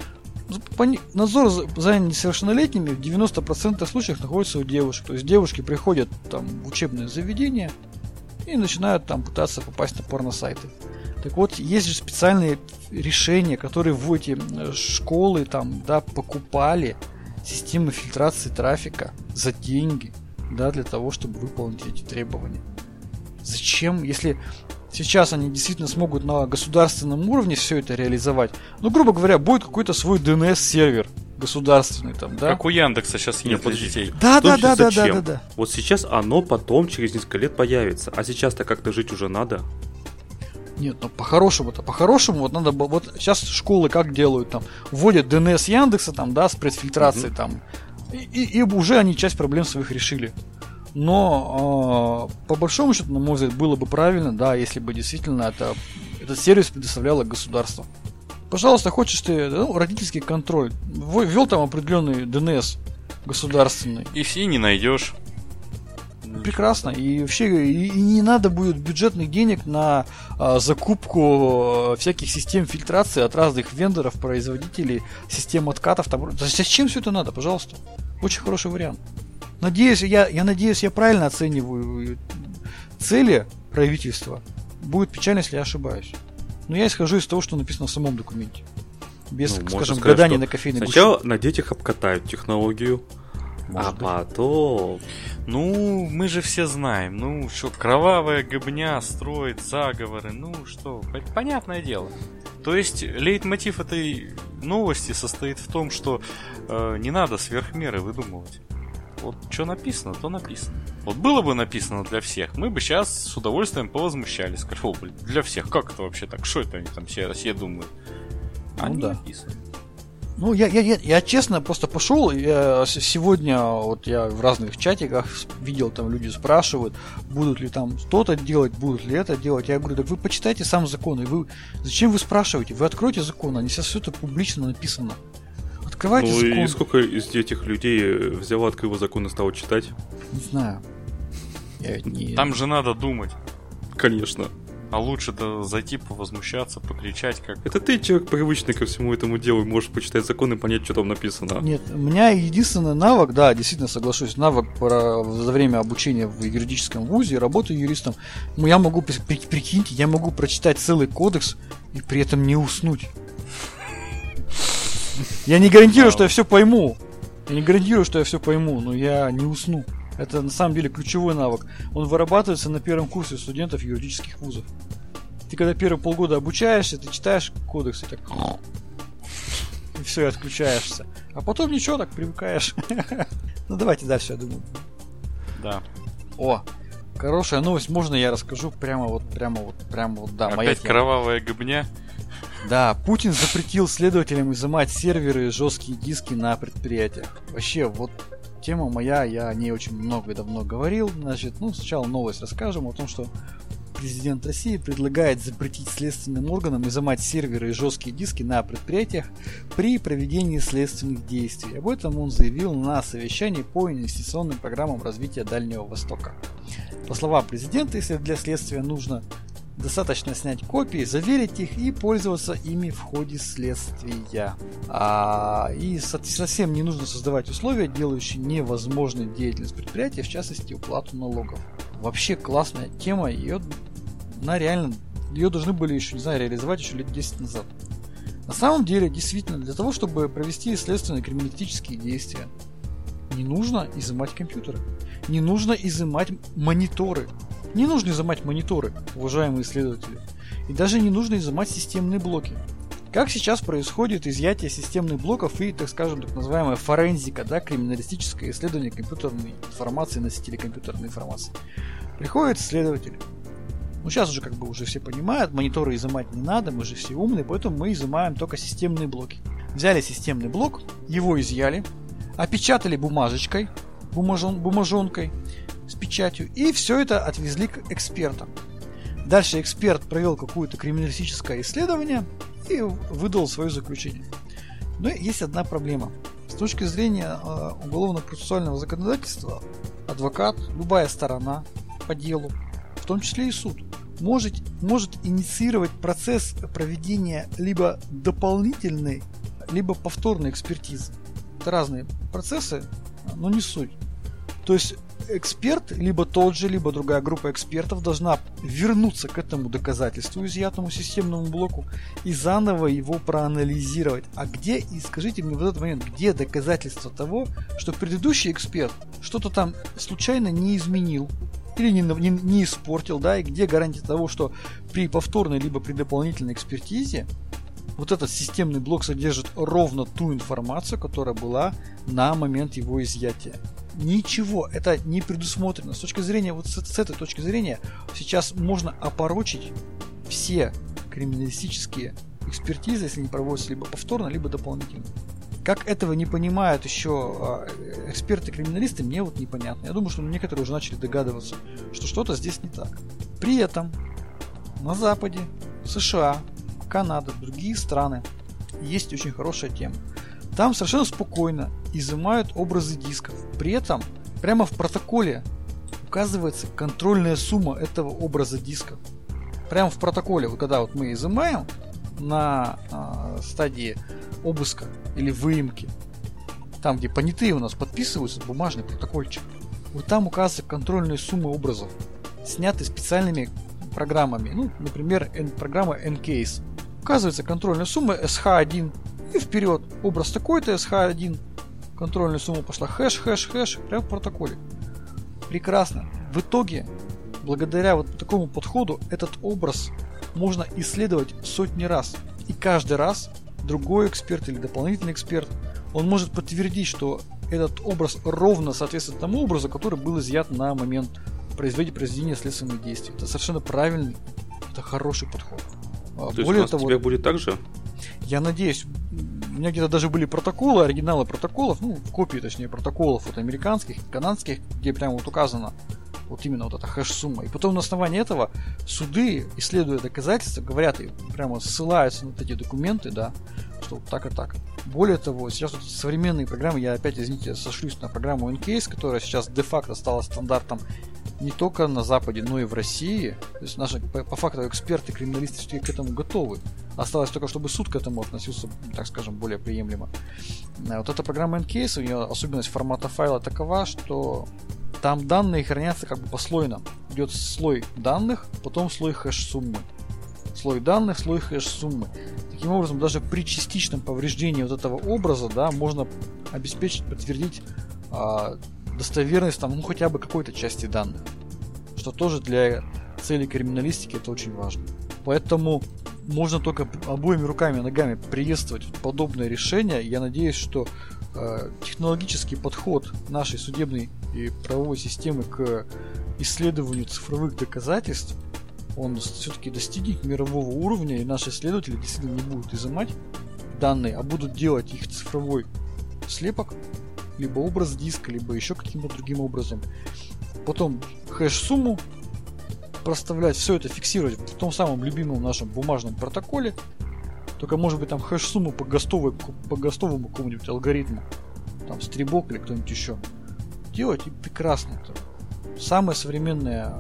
надзор за несовершеннолетними в девяноста процентах случаев находится у девушек. То есть девушки приходят там в учебное заведение и начинают там пытаться попасть на порносайты. Так вот, есть же специальные решения, которые в эти школы там, да, покупали системы фильтрации трафика за деньги, да, для того, чтобы выполнить эти требования. Зачем, если сейчас они действительно смогут на государственном уровне все это реализовать? Ну, грубо говоря, будет какой-то свой ди эн эс-сервер государственный там, да? Как у Яндекса сейчас есть для детей. Да, да, да, да, да, да, да. Вот сейчас оно потом через несколько лет появится, а сейчас-то как-то жить уже надо. Нет, ну по-хорошему-то, по-хорошему вот надо было, вот сейчас школы как делают, там, вводят ди эн эс Яндекса, там, да, с предфильтрацией, угу. там, и, и, и уже они часть проблем своих решили. Но э, по большому счету, на мой взгляд, было бы правильно, да, если бы действительно это, этот сервис предоставляло государство. Пожалуйста, хочешь ты, ну, родительский контроль, ввел там определенный ди эн эс государственный. И все не найдешь. Прекрасно. И вообще и, и не надо будет бюджетных денег на а, закупку а, всяких систем фильтрации от разных вендоров, производителей, систем откатов. Там. Зачем все это надо, пожалуйста? Очень хороший вариант. Надеюсь, я, я надеюсь, я правильно оцениваю цели правительства. Будет печально, если я ошибаюсь. Но я исхожу из того, что написано в самом документе. Без, ну, скажем, сказать, гадания на кофейной гуще. Сначала на детях обкатают технологию. Может а быть. Потом... Ну, мы же все знаем. Ну, что, кровавая гобня строит заговоры. Ну, что, понятное дело. То есть, лейтмотив этой новости состоит в том, что э, не надо сверхмеры выдумывать. Вот что написано, то написано. Вот было бы написано для всех, мы бы сейчас с удовольствием повозмущались. Сказали, о, блин, для всех, как это вообще так? Что это они там все, все думают? А ну, не да. написано. Ну, я, я, я, я честно просто пошел, я сегодня вот я в разных чатиках видел, там люди спрашивают, будут ли там что-то делать, будут ли это делать. Я говорю, так вы почитайте сам закон, и вы зачем вы спрашиваете? Вы откройте закон, они сейчас все это публично написано. Открывайте ну, закон. И сколько из этих людей взяло, открыло закон и стало читать? Не знаю. Я не... Там же надо думать. Конечно. А лучше-то зайти, повозмущаться, покричать как... Это ты, человек привычный ко всему этому делу, можешь почитать закон и понять, что там написано. Нет, у меня единственный навык, да, действительно соглашусь, навык про, за время обучения в юридическом вузе, работы юристом, я могу, при, прикиньте, я могу прочитать целый кодекс и при этом не уснуть. Я не гарантирую, что я все пойму. Я не гарантирую, что я все пойму, но я не усну. Это на самом деле ключевой навык. Он вырабатывается на первом курсе студентов юридических вузов. Ты когда первые полгода обучаешься, ты читаешь кодекс и так... И все, и отключаешься. А потом ничего, так привыкаешь. Ну давайте дальше, я думаю. Да. О, хорошая новость. Можно я расскажу прямо вот, прямо вот, прямо вот, да. Опять кровавая гобня. Да, Путин запретил следователям изымать серверы и жесткие диски на предприятиях. Вообще, вот тема моя, я о ней очень много и давно говорил. Значит, ну, сначала новость расскажем о том, что президент России предлагает запретить следственным органам изымать серверы и жесткие диски на предприятиях при проведении следственных действий. Об этом он заявил на совещании по инвестиционным программам развития Дальнего Востока. По словам президента, если для следствия нужно, достаточно снять копии, заверить их и пользоваться ими в ходе следствия. А, и совсем не нужно создавать условия, делающие невозможной деятельность предприятия, в частности уплату налогов. Вообще классная тема, ее, она реально, ее должны были еще, не знаю, реализовать еще лет десять назад. На самом деле, действительно, для того, чтобы провести следственные криминалистические действия, не нужно изымать компьютеры, не нужно изымать мониторы. Не нужно изымать мониторы, уважаемые исследователи. И даже не нужно изымать системные блоки. Как сейчас происходит изъятие системных блоков и, так скажем, так называемая форензика, да, криминалистическое исследование компьютерной информации, носителей компьютерной информации. Приходит следователь. Ну, сейчас уже как бы уже все понимают, мониторы изымать не надо, мы же все умные, поэтому мы изымаем только системные блоки. Взяли системный блок, его изъяли, опечатали бумажечкой, бумажон, бумажонкой, с печатью, и все это отвезли к экспертам. Дальше эксперт провел какое-то криминалистическое исследование и выдал свое заключение. Но есть одна проблема. С точки зрения э, уголовно-процессуального законодательства, адвокат, любая сторона по делу, в том числе и суд, может, может инициировать процесс проведения либо дополнительной, либо повторной экспертизы. Это разные процессы, но не суть. То есть эксперт, либо тот же, либо другая группа экспертов должна вернуться к этому доказательству, изъятому системному блоку, и заново его проанализировать. А где, и скажите мне в этот момент, где доказательство того, что предыдущий эксперт что-то там случайно не изменил или не, не, не испортил, да, и где гарантия того, что при повторной либо при дополнительной экспертизе вот этот системный блок содержит ровно ту информацию, которая была на момент его изъятия. Ничего, это не предусмотрено. С точки зрения, вот с, с этой точки зрения, сейчас можно опорочить все криминалистические экспертизы, если не проводятся либо повторно, либо дополнительно. Как этого не понимают еще эксперты-криминалисты, мне вот непонятно. Я думаю, что некоторые уже начали догадываться, что что-то здесь не так. При этом на Западе, США, Канада, другие страны есть очень хорошая тема. Там совершенно спокойно изымают образы дисков. При этом прямо в протоколе указывается контрольная сумма этого образа диска. Прямо в протоколе, вот когда вот мы изымаем на э, стадии обыска или выемки, там где понятые у нас подписываются, бумажный протокольчик, вот там указывается контрольная сумма образов, снятые специальными программами. Ну, например, программа Encase. Указывается контрольная сумма эс эйч один. И вперед, образ такой-то, эс эйч один, контрольная сумма пошла, хэш, хэш, хэш, прямо в протоколе. Прекрасно. В итоге, благодаря вот такому подходу, этот образ можно исследовать сотни раз. И каждый раз другой эксперт или дополнительный эксперт, он может подтвердить, что этот образ ровно соответствует тому образу, который был изъят на момент произведения следственных действий. Это совершенно правильный, это хороший подход. То Более есть у нас того, у тебя будет так же? Я надеюсь, меня где-то даже были протоколы, оригиналы протоколов, ну, копии, точнее, протоколов вот американских, канадских, где прямо вот указано вот именно вот эта хэш-сумма. И потом на основании этого суды, исследуя доказательства, говорят и прямо ссылаются на вот эти документы, да, что вот так и так. Более того, сейчас вот современные программы, я опять, извините, сошлюсь на программу Encase, которая сейчас де-факто стала стандартом не только на Западе, но и в России. То есть наши, по, по факту, эксперты, криминалисты все к этому готовы. Осталось только, чтобы суд к этому относился, так скажем, более приемлемо. Вот эта программа Encase, у нее особенность формата файла такова, что там данные хранятся как бы послойно. Идет слой данных, потом слой хэш-суммы. Слой данных, слой хэш-суммы. Таким образом, даже при частичном повреждении вот этого образа, да, можно обеспечить, подтвердить а, достоверность там, ну, хотя бы какой-то части данных. Что тоже для целей криминалистики это очень важно. Поэтому можно только обоими руками и ногами приветствовать подобное решение. Я надеюсь, что э, технологический подход нашей судебной и правовой системы к исследованию цифровых доказательств, он все-таки достигнет мирового уровня, и наши исследователи действительно не будут изымать данные, а будут делать их цифровой слепок, либо образ диска, либо еще каким-то другим образом. Потом хэш-сумму проставлять, все это фиксировать в том самом любимом нашем бумажном протоколе, только может быть там хэш-сумму по гостовой, по гостовому какому-нибудь алгоритму, там стрибок или кто-нибудь еще делать, и прекрасно. Это самое современное,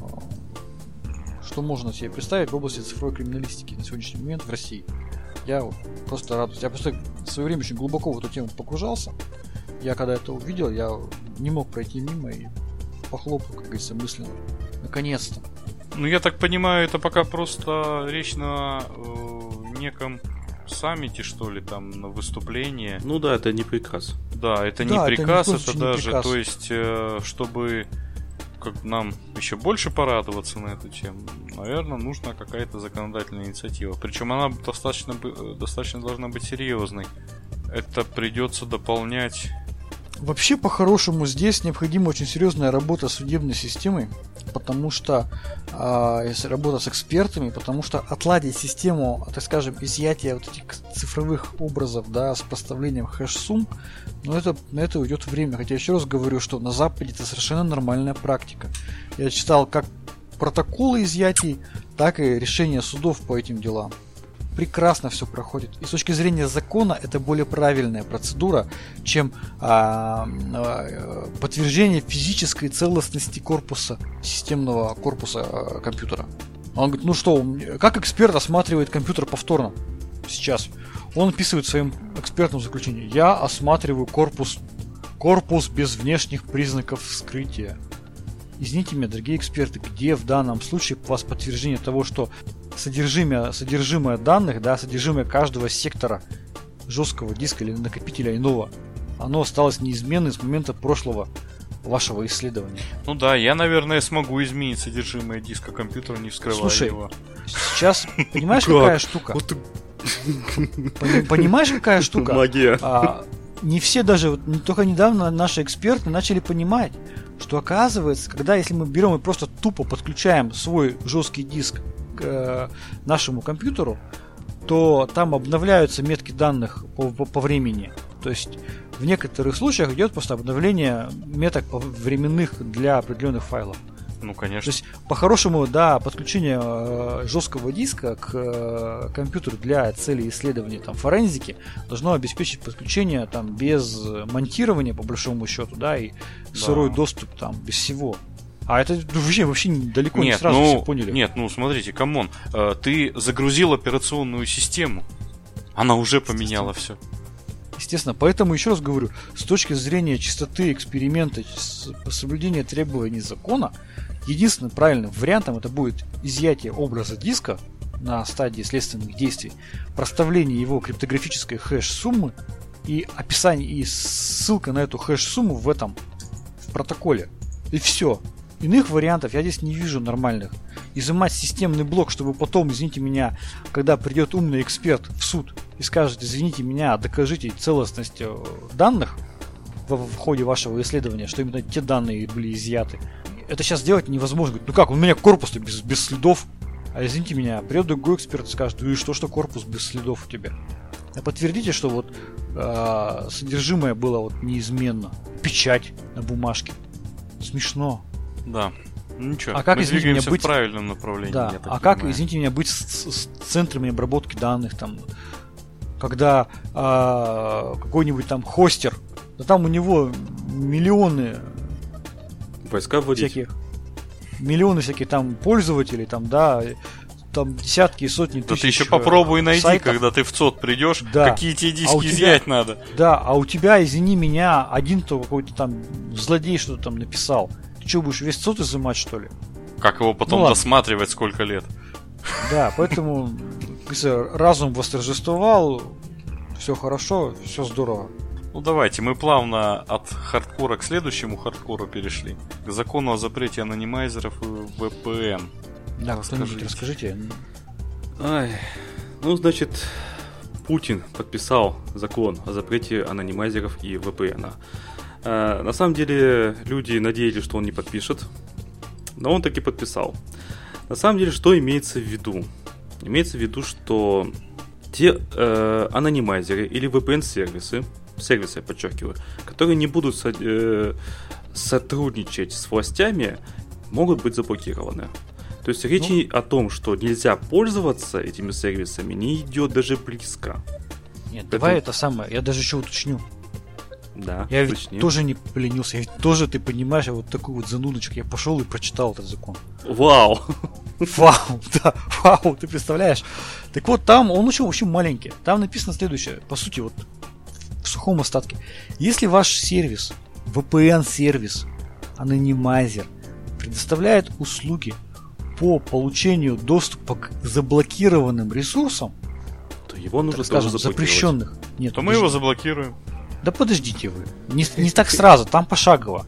что можно себе представить в области цифровой криминалистики на сегодняшний момент в России. Я вот просто радуюсь. Я просто в свое время очень глубоко в эту тему погружался. Я когда это увидел, я не мог пройти мимо и похлопал, как говорится, мысленно. Наконец-то. Ну, я так понимаю, это пока просто речь на э, неком саммите, что ли, там, на выступлении. Ну да, это не приказ. Да, это да, не приказ, это, это даже, приказ. То есть, э, чтобы как нам еще больше порадоваться на эту тему, наверное, нужна какая-то законодательная инициатива. Причем она достаточно, достаточно должна быть серьезной. Это придется дополнять. Вообще, по-хорошему, здесь необходима очень серьезная работа с судебной системой, потому что э, работа с экспертами, потому что отладить систему, так скажем, изъятия вот этих цифровых образов, да, с поставлением хэш-сумм, но это, на это уйдет время. Хотя еще раз говорю, что на Западе это совершенно нормальная практика. Я читал как протоколы изъятий, так и решения судов по этим делам. Прекрасно все проходит. И с точки зрения закона это более правильная процедура, чем а, а, подтверждение физической целостности корпуса, системного корпуса а, компьютера. Он говорит, ну что, как эксперт осматривает компьютер повторно сейчас? Он описывает в своем экспертном заключении: я осматриваю корпус, корпус без внешних признаков вскрытия. Извините меня, дорогие эксперты, где в данном случае у вас подтверждение того, что содержимое, содержимое данных, да, содержимое каждого сектора жесткого диска или накопителя иного, оно осталось неизменным с момента прошлого вашего исследования? Ну да, я, наверное, смогу изменить содержимое диска компьютера, не вскрывая Слушай, его. Сейчас, понимаешь, какая штука? Понимаешь, какая штука? Магия. Не все даже, только недавно наши эксперты начали понимать, что оказывается, когда если мы берем и просто тупо подключаем свой жесткий диск к э, нашему компьютеру, то там обновляются метки данных по, по, по времени. То есть в некоторых случаях идет просто обновление меток временных для определенных файлов. Ну, конечно. То есть, по-хорошему, да, подключение э, жесткого диска к э, компьютеру для целей исследования там, форензики должно обеспечить подключение там, без монтирования, по большому счету, да, и да. Сырой доступ там, без всего. А это вообще, вообще далеко нет, не сразу ну, все поняли. Нет, ну смотрите, камон, э, ты загрузил операционную систему, она уже поменяла все. Естественно, поэтому еще раз говорю, с точки зрения чистоты эксперимента, соблюдения требований закона, единственным правильным вариантом это будет изъятие образа диска на стадии следственных действий, проставление его криптографической хэш-суммы и описание и ссылка на эту хэш-сумму в этом в протоколе. И все. Иных вариантов я здесь не вижу нормальных. Изымать системный блок, чтобы потом, извините меня, когда придет умный эксперт в суд и скажет: извините меня, докажите целостность данных в, в ходе вашего исследования, что именно те данные были изъяты. Это сейчас сделать невозможно. Ну как, у меня корпус-то без, без следов. А извините меня, придет другой эксперт и скажет: ну и что, что корпус без следов у тебя? А подтвердите, что вот э, содержимое было вот неизменно. Печать на бумажке. Смешно. Да. Ничего, а как, мы извините двигаемся меня, быть... в правильном направлении. Да. Я так а как, понимаю. извините меня, быть с, с центрами обработки данных, там, когда э, какой-нибудь там хостер, да там у него миллионы Войска вводить. всяких, миллионы всяких там пользователей, там, да, там десятки и сотни да тысяч. ты еще попробуй найти, сайтов. когда ты в ЦОД придешь, Да. какие тебе диски А у тебя- изъять надо. Да, а у тебя, извини меня, один-то какой-то там злодей что-то там написал. Ты что, будешь весь ЦОД изымать, что ли? Как его потом Ну ладно. досматривать сколько лет? Да, поэтому если разум восторжествовал, все хорошо, все здорово. Ну давайте, мы плавно от хардкора к следующему хардкору перешли. К закону о запрете анонимайзеров и ви пи эн. Да, что-нибудь Расскажите. расскажите. Ай, ну, значит, Путин подписал закон о запрете анонимайзеров и ви пи эн. А, на самом деле, люди надеялись, что он не подпишет, но он таки подписал. На самом деле, что имеется в виду? Имеется в виду, что те э, анонимайзеры или ви пи эн-сервисы, сервисы, я подчеркиваю, которые не будут со- э, сотрудничать с властями, могут быть заблокированы. То есть речи Ну. о том, что нельзя пользоваться этими сервисами, не идет даже близко. Нет, Поэтому- давай это самое, я даже еще уточню. Да, Я ведь уточни. тоже не поленился, я ведь тоже, ты понимаешь, я вот такой вот занудочек, я пошел и прочитал этот закон. Вау! Вау, да, вау, ты представляешь? Так вот, там, он очень, очень маленький. Там написано следующее, по сути, вот в сухом остатке. Если ваш сервис, ви пи эн-сервис, анонимайзер, предоставляет услуги по получению доступа к заблокированным ресурсам, То его нужно так тоже скажем, заблокировать. запрещенных. Нет, То мы его подожди. заблокируем. Да подождите вы. Не, не так сразу, там пошагово.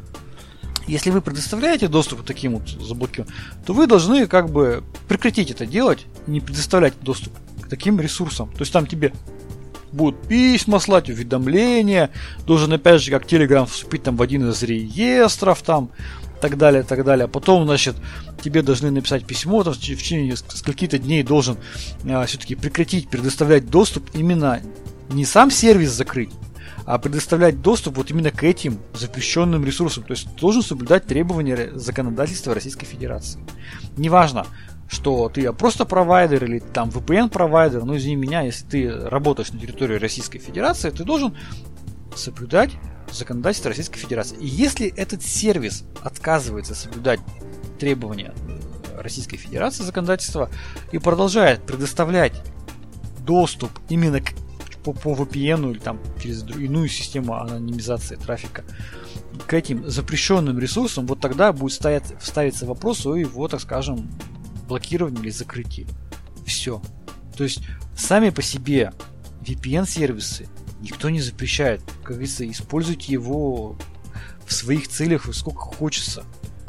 Если вы предоставляете доступ к таким вот заблокированным, то вы должны как бы прекратить это делать и не предоставлять доступ к таким ресурсам. То есть там тебе будут письма слать, уведомления, должен опять же как Telegram вступить там в один из реестров там, так далее, так далее. Потом, значит, тебе должны написать письмо, там, в течение скольких-то дней должен а, все-таки прекратить предоставлять доступ, именно не сам сервис закрыть, а предоставлять доступ вот именно к этим запрещенным ресурсам. То есть должен соблюдать требования законодательства Российской Федерации. Неважно, что ты просто провайдер или там ви пи эн-провайдер, но извини меня, если ты работаешь на территории Российской Федерации, ты должен соблюдать законодательство Российской Федерации. И если этот сервис отказывается соблюдать требования Российской Федерации законодательства и продолжает предоставлять доступ именно к по, по ви пи эн или там через иную систему анонимизации трафика к этим запрещенным ресурсам, вот тогда будет ставить, ставиться вопрос о его, так скажем, блокировании или закрытии. Все. То есть сами по себе ви пи эн-сервисы никто не запрещает. Как говорится, используйте его в своих целях сколько хочется.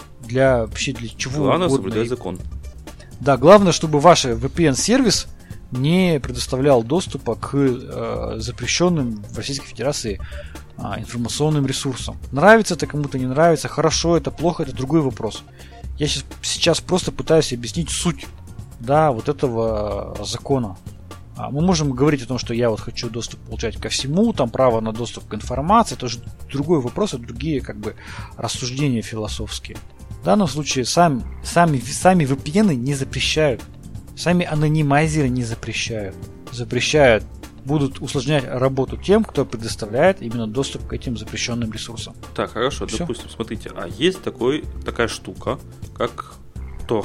Для вообще для чего Главное угодно. соблюдать закон. Да, главное, чтобы ваш ви пи эн-сервис не предоставлял доступа к э, запрещенным в Российской Федерации э, информационным ресурсам. Нравится это кому-то, не нравится, хорошо это, плохо, это другой вопрос. Я сейчас, сейчас просто пытаюсь объяснить суть, да, вот этого э, закона. А мы можем говорить о том, что я вот хочу доступ получать ко всему, там право на доступ к информации, это уже другой вопрос, это другие как бы рассуждения философские. В данном случае сам, сами, сами ви пи эн не запрещают. Сами анонимайзеры не запрещают. Запрещают, будут усложнять работу тем, кто предоставляет именно доступ к этим запрещенным ресурсам. Так, хорошо, Всё. допустим, смотрите, а есть такой, такая штука, как Тор.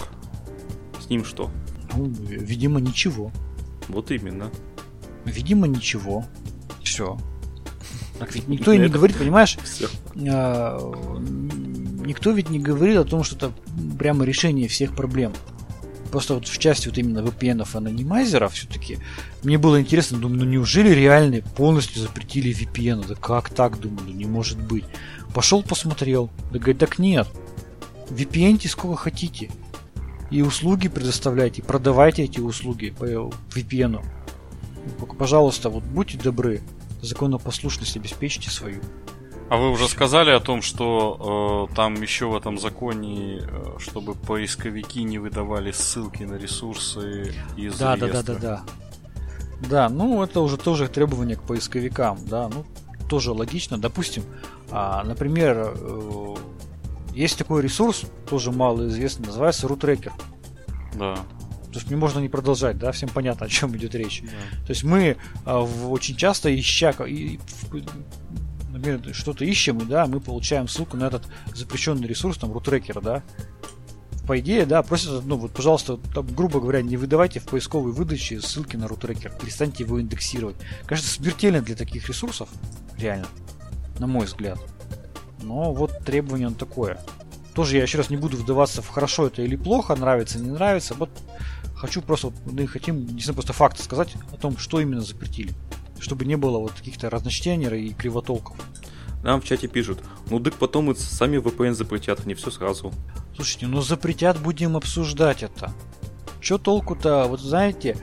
С ним что? Ну, видимо, ничего. Вот именно. Видимо, ничего. Все. Так ведь никто и не говорит, понимаешь, Все. а, никто ведь не говорит о том, что это прямо решение всех проблем. Просто вот в части вот именно ви пи эн-ов и анонимайзеров все-таки мне было интересно, думаю, ну неужели реально полностью запретили ви пи эн? Да как так, думаю, ну не может быть. Пошел посмотрел, да говорит, так нет. ви пи эн-те сколько хотите. И услуги предоставляйте, и продавайте эти услуги по ви пи эн. Пожалуйста, вот будьте добры, законопослушность обеспечьте свою. А вы уже сказали о том, что э, там еще в этом законе, э, чтобы поисковики не выдавали ссылки на ресурсы из Да, да, реестра? да, да, да. Да, ну это уже тоже требование к поисковикам, да, ну тоже логично. Допустим, а, например, э, есть такой ресурс, тоже малоизвестный, называется RootRacker. Да. То есть мне можно не продолжать, да, всем понятно, о чем идет речь. Да. То есть мы а, в, очень часто ища, и, в, например, что-то ищем, и да, мы получаем ссылку на этот запрещенный ресурс, там, RootRacker, да. По идее, да, просят, ну вот, пожалуйста, там, грубо говоря, не выдавайте в поисковой выдаче ссылки на RootRacker, перестаньте его индексировать. Конечно, смертельно для таких ресурсов, реально, на мой взгляд. Но вот требование он такое. Тоже я еще раз не буду вдаваться в хорошо это или плохо, нравится, не нравится. Вот хочу просто, вот, мы хотим, не знаю, просто факты сказать о том, что именно запретили. Чтобы не было вот каких-то разночтений и кривотолков. Нам в чате пишут, ну дык потом и сами ви пи эн запретят, не все сразу. Слушайте, ну запретят, будем обсуждать это. Че толку-то, вот знаете,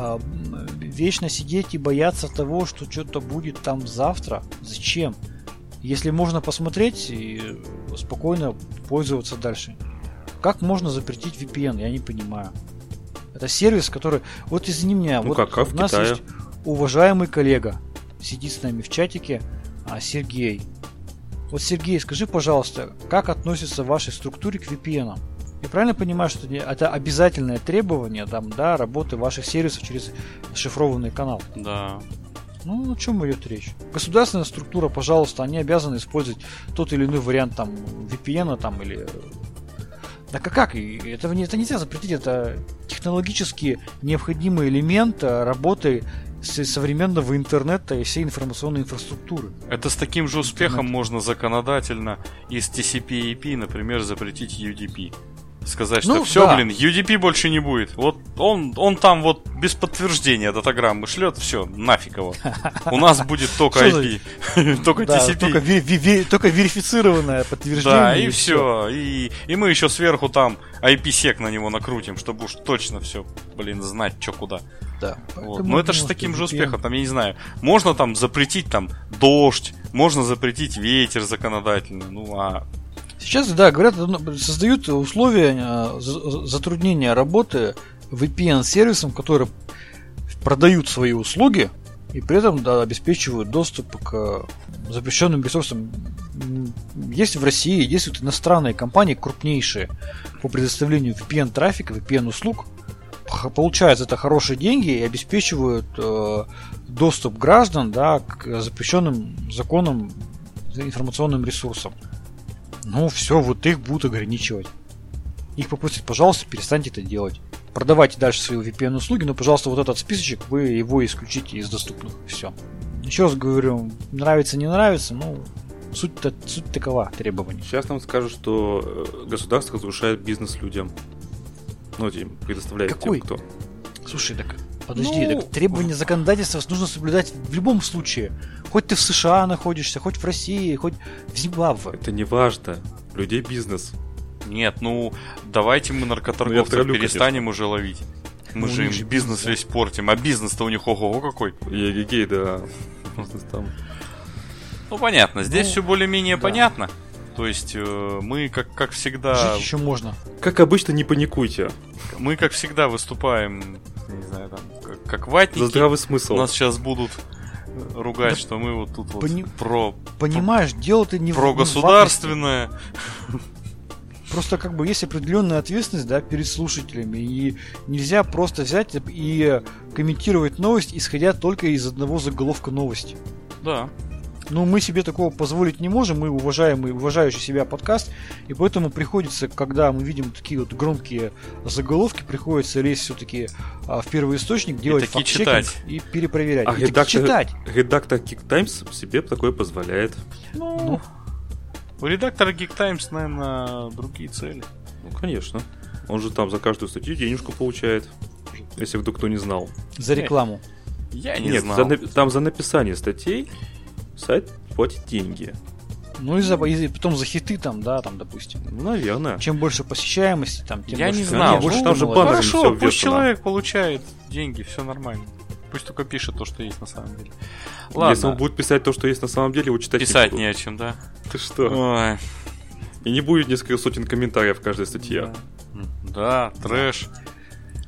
вечно сидеть и бояться того, что что-то будет там завтра? Зачем? Если можно посмотреть и спокойно пользоваться дальше. Как можно запретить ви пи эн? Я не понимаю. Это сервис, который... Вот извини меня, ну вот как, как у нас Китае. Есть уважаемый коллега, сидит с нами в чатике, Сергей. Вот, Сергей, скажи, пожалуйста, как относится в вашей структуре к ви пи эн? Я правильно понимаю, что это обязательное требование там, да, работы ваших сервисов через шифрованный канал? Да. Ну, о чем идет речь? Государственная структура, пожалуйста, они обязаны использовать тот или иной вариант там ви пи эн там или... Да как, как? Это, это нельзя запретить, это технологически необходимый элемент работы современного интернета и всей информационной инфраструктуры. Это с таким же успехом Интернет. Можно законодательно из ти си пи ай пи, например, запретить ю ди пи. Сказать, Ну, что все, да. блин, ю ди пи больше не будет. Вот он, он там вот без подтверждения датаграммы шлет, все, нафиг его. У нас будет только ай пи, только Да, ти си пи. только, ви- ви- ви- только верифицированное подтверждение. Да, и все. И, и мы еще сверху там ай пи-сек на него накрутим, чтобы уж точно все, блин, знать, что куда. Да. Вот. Но это же с таким же успехом, там, я не знаю, можно там запретить там дождь, можно запретить ветер законодательно, ну а... Сейчас, да, говорят, создают условия затруднения работы ви пи эн-сервисам, которые продают свои услуги и при этом да, обеспечивают доступ к запрещенным ресурсам. Есть в России действуют иностранные компании, крупнейшие по предоставлению ви пи эн-трафика, ви пи эн-услуг, получают за это хорошие деньги и обеспечивают э, доступ граждан да, к запрещенным законам информационным ресурсам. Ну все, вот их будут ограничивать. Их попросят, пожалуйста, перестаньте это делать. Продавайте дальше свои ви пи эн-услуги, но, пожалуйста, вот этот списочек, вы его исключите из доступных. Все. Еще раз говорю, нравится, не нравится, ну, суть, суть такова требований. Сейчас нам скажут, что государство разрушает бизнес людям. Ну, этим предоставляет Какой? тем, кто... Слушай, так подожди, Ну... так требования законодательства нужно соблюдать в любом случае. Хоть ты в США находишься, хоть в России, хоть в Зимбабве. Это не важно. У людей бизнес. Нет, ну, давайте мы Ну, я наркоторговцев троллю, перестанем уже ловить. Мы Ну, же у им них же бизнес бизнес, весь портим, а бизнес-то у них ого-го какой. И гей, да. Бизнес там. Ну, понятно, здесь Ну, все более-менее да. понятно. То есть э, мы, как, как всегда, Жить еще можно. Как обычно, не паникуйте. мы, как всегда, выступаем, не знаю, там, как, как ватники. За здравый смысл. Нас сейчас будут ругать, Да что мы вот тут вот пони- про, Понимаешь, дело-то не в про не в государственное. ватности. Просто как бы есть определенная ответственность, да, перед слушателями, и нельзя просто взять и комментировать новость, исходя только из одного заголовка новости. Да. Но мы себе такого позволить не можем, мы уважаемый, уважающий себя подкаст, и поэтому приходится, когда мы видим такие вот громкие заголовки, приходится лезть все-таки а, в первый источник, делать таки факт-чекинг читать. и перепроверять. А и таки редактор, читать. редактор Geek Times себе такое позволяет. Ну, Ну. у редактора Geek Times, наверное, другие цели. Ну, конечно. Он же там за каждую статью денежку получает. Если вдруг кто не знал. За рекламу. Я не Нет, знал. за на- там за написание статей сайт платит деньги. Ну и, за, и потом за хиты там, да, там, допустим. Ну, наверное. Чем больше посещаемости, там, тем Я больше... не тем знал. больше Ну, там же молодежи. баннерами Хорошо, всё пусть обвешано. человек получает деньги, все нормально. Пусть только пишет то, что есть на самом деле. Ладно, Если он будет писать то, что есть на самом деле, его читать писать не не будут. о чем, да? Ты что? Ой, И не будет несколько сотен комментариев в каждой статье. да, трэш. То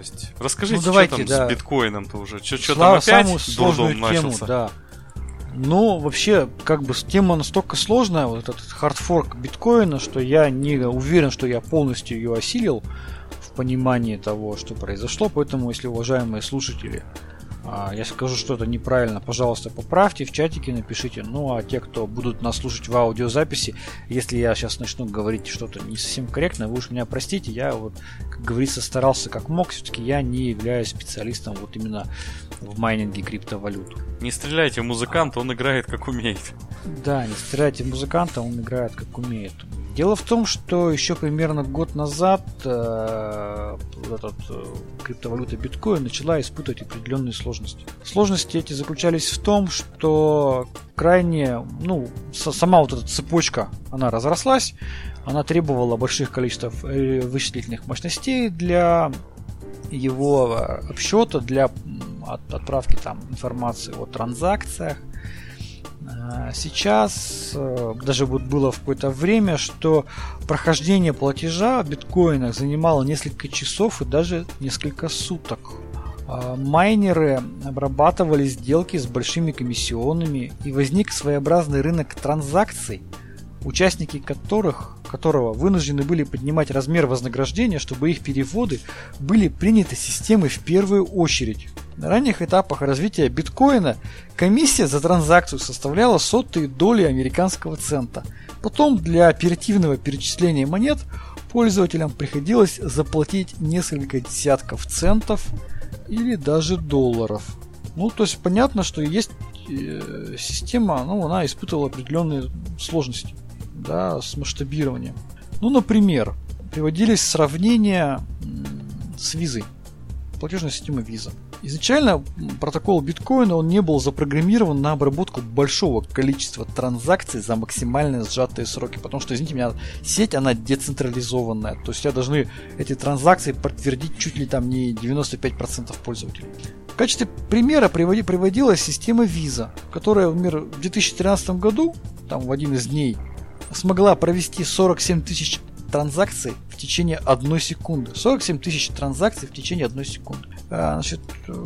есть, расскажите, ну, давайте, что там да. с биткоином-то уже? Что, что Слава, там опять самую сложную дурдом тему, начался? да. Но вообще, как бы тема настолько сложная, вот этот хардфорк биткоина, что я не уверен, что я полностью ее осилил в понимании того, что произошло. Поэтому, если, уважаемые слушатели, я скажу что-то неправильно, пожалуйста, поправьте в чатике, напишите. Ну, а те, кто будут нас слушать в аудиозаписи, если я сейчас начну говорить что-то не совсем корректно, вы уж меня простите, я вот, как говорится, старался как мог, все-таки я не являюсь специалистом вот именно в майнинге криптовалют. Не стреляйте в музыканта, он играет как умеет. Да, не стреляйте в музыканта, он играет как умеет. Дело в том, что еще примерно год назад э, этот, э, криптовалюта биткоин начала испытывать определенные сложности. Сложности эти заключались в том, что крайне, ну, с- сама вот эта цепочка, она разрослась, она требовала больших количеств э, вычислительных мощностей для его э, обсчета, для м, от- отправки там информации о транзакциях. Сейчас даже вот было в какое-то время, что прохождение платежа в биткоинах занимало несколько часов и даже несколько суток. Майнеры обрабатывали сделки с большими комиссионными, и возник своеобразный рынок транзакций, участники которых, которого вынуждены были поднимать размер вознаграждения, чтобы их переводы были приняты системой в первую очередь. На ранних этапах развития биткоина комиссия за транзакцию составляла сотые доли американского цента. Потом для оперативного перечисления монет пользователям приходилось заплатить несколько десятков центов или даже долларов. Ну, то есть понятно, что есть э, система, ну, она испытывала определенные сложности, да, с масштабированием. Ну, например, приводились сравнения с визой, платежной системой Visa. Изначально протокол биткоина он не был запрограммирован на обработку большого количества транзакций за максимально сжатые сроки, потому что, извините меня, сеть она децентрализованная, то есть я должны эти транзакции подтвердить чуть ли там не девяносто пять процентов пользователей. В качестве примера приводи, приводилась система Visa, которая, например, в две тысячи тринадцатом году, там в один из дней, смогла провести сорок семь тысяч транзакций в течение одной секунды. сорок семь тысяч транзакций в течение одной секунды. А, значит,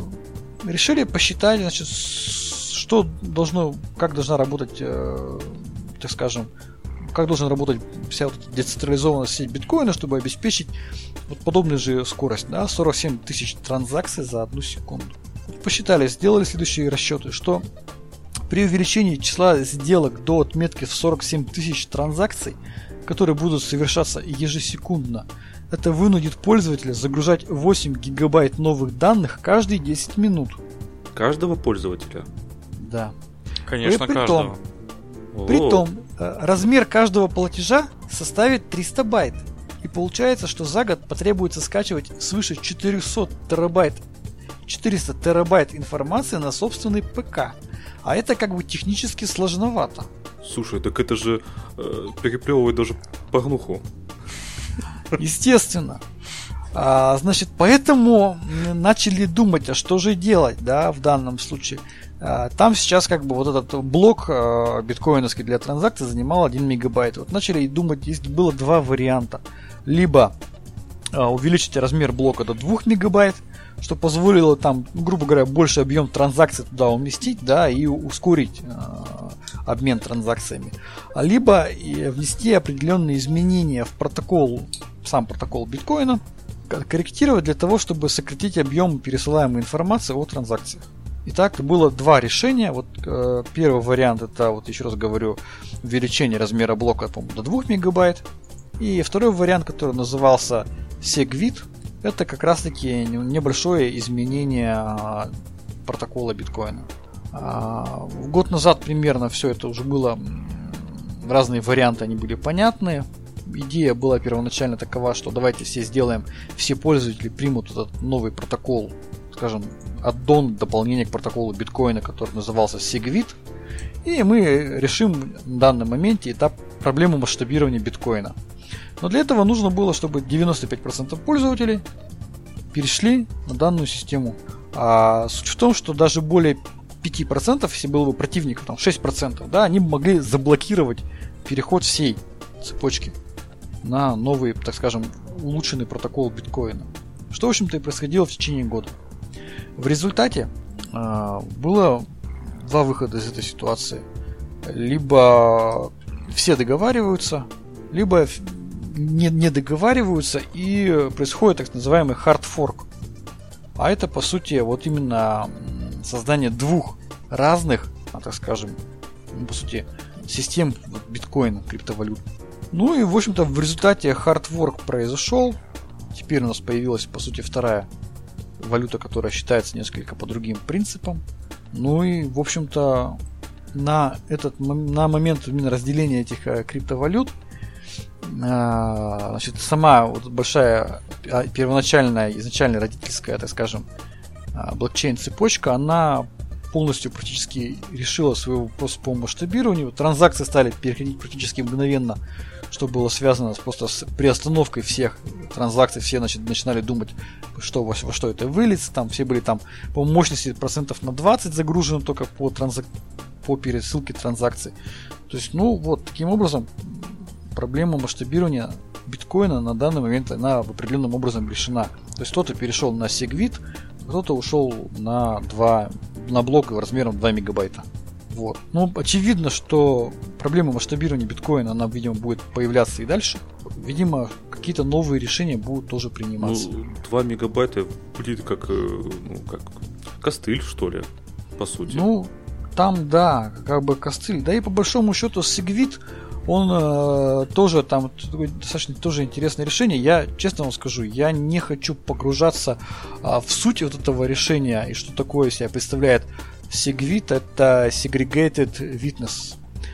решили посчитать, значит, что должно, как должна работать, э, так скажем, как должен работать вся вот эта децентрализованная сеть биткоина, чтобы обеспечить вот подобную же скорость, да, сорок семь тысяч транзакций за одну секунду. Посчитали, сделали следующие расчеты, что при увеличении числа сделок до отметки в сорок семь тысяч транзакций, которые будут совершаться ежесекундно, это вынудит пользователя загружать восемь гигабайт новых данных каждые десять минут. Каждого пользователя? Да. Конечно, и при каждого. Том, при том, размер каждого платежа составит триста байт. И получается, что за год потребуется скачивать свыше четыреста терабайт, четыреста терабайт информации на собственный ПК. А это как бы технически сложновато. Слушай, так это же э, переплевывает даже порнуху. Естественно. А, значит, поэтому начали думать, а что же делать, да, в данном случае. А, там сейчас как бы вот этот блок а, биткоиновский для транзакций занимал один мегабайт. Вот начали думать, есть было два варианта. Либо а, увеличить размер блока до двух мегабайт, что позволило там, грубо говоря, больше объем транзакций туда уместить, да, и ускорить э, обмен транзакциями. Либо и внести определенные изменения в протокол, сам протокол биткоина, корректировать для того, чтобы сократить объем пересылаемой информации о транзакциях. Итак, было два решения. Вот э, первый вариант это, вот еще раз говорю, увеличение размера блока, по-моему, до двух мегабайт. И второй вариант, который назывался SegWit, это как раз таки небольшое изменение протокола биткоина. Год назад примерно все это уже было, разные варианты они были понятны. Идея была первоначально такова, что давайте все сделаем, все пользователи примут этот новый протокол, скажем, аддон, дополнение к протоколу биткоина, который назывался SegWit, и мы решим в данном моменте этап проблему масштабирования биткоина. Но для этого нужно было, чтобы девяносто пять процентов пользователей перешли на данную систему. А суть в том, что даже более пять процентов, если было бы противников, там шесть процентов, да, они могли заблокировать переход всей цепочки на новый, так скажем, улучшенный протокол биткоина. Что, в общем-то, и происходило в течение года. В результате э, было два выхода из этой ситуации. Либо все договариваются, либо не, не договариваются, и происходит так называемый hard fork. А это, по сути, вот именно создание двух разных, так скажем, по сути, систем биткоина, криптовалют. Ну и, в общем-то, в результате hard fork произошел. Теперь у нас появилась, по сути, вторая валюта, которая считается несколько по другим принципам. Ну и, в общем-то, на этот на момент именно разделения этих э, криптовалют, э, значит, сама вот большая первоначальная, изначальная родительская, так скажем, э, блокчейн-цепочка, она полностью практически решила свой вопрос по масштабированию. Транзакции стали переходить практически мгновенно, что было связано просто с приостановкой всех транзакций. Все значит, начинали думать, что, во, во что это выльется. Там все были там по мощности процентов на двадцать загружены только по, транзак... по пересылке транзакций. То есть, ну вот, таким образом, проблема масштабирования биткоина на данный момент она определенным образом решена. То есть кто-то перешел на Segwit, кто-то ушел на, два, на блок размером два мегабайта. Вот. Ну, очевидно, что проблема масштабирования биткоина, она, видимо, будет появляться и дальше. Видимо, какие-то новые решения будут тоже приниматься. Ну, два мегабайта будет как, ну, как костыль, что ли, по сути. Ну, там, да, как бы костыль. Да и по большому счету Segwit, он э, тоже там достаточно тоже интересное решение. Я, честно вам скажу, я не хочу погружаться э, в суть вот этого решения и что такое себя представляет Segwit. Это Segregated Witness.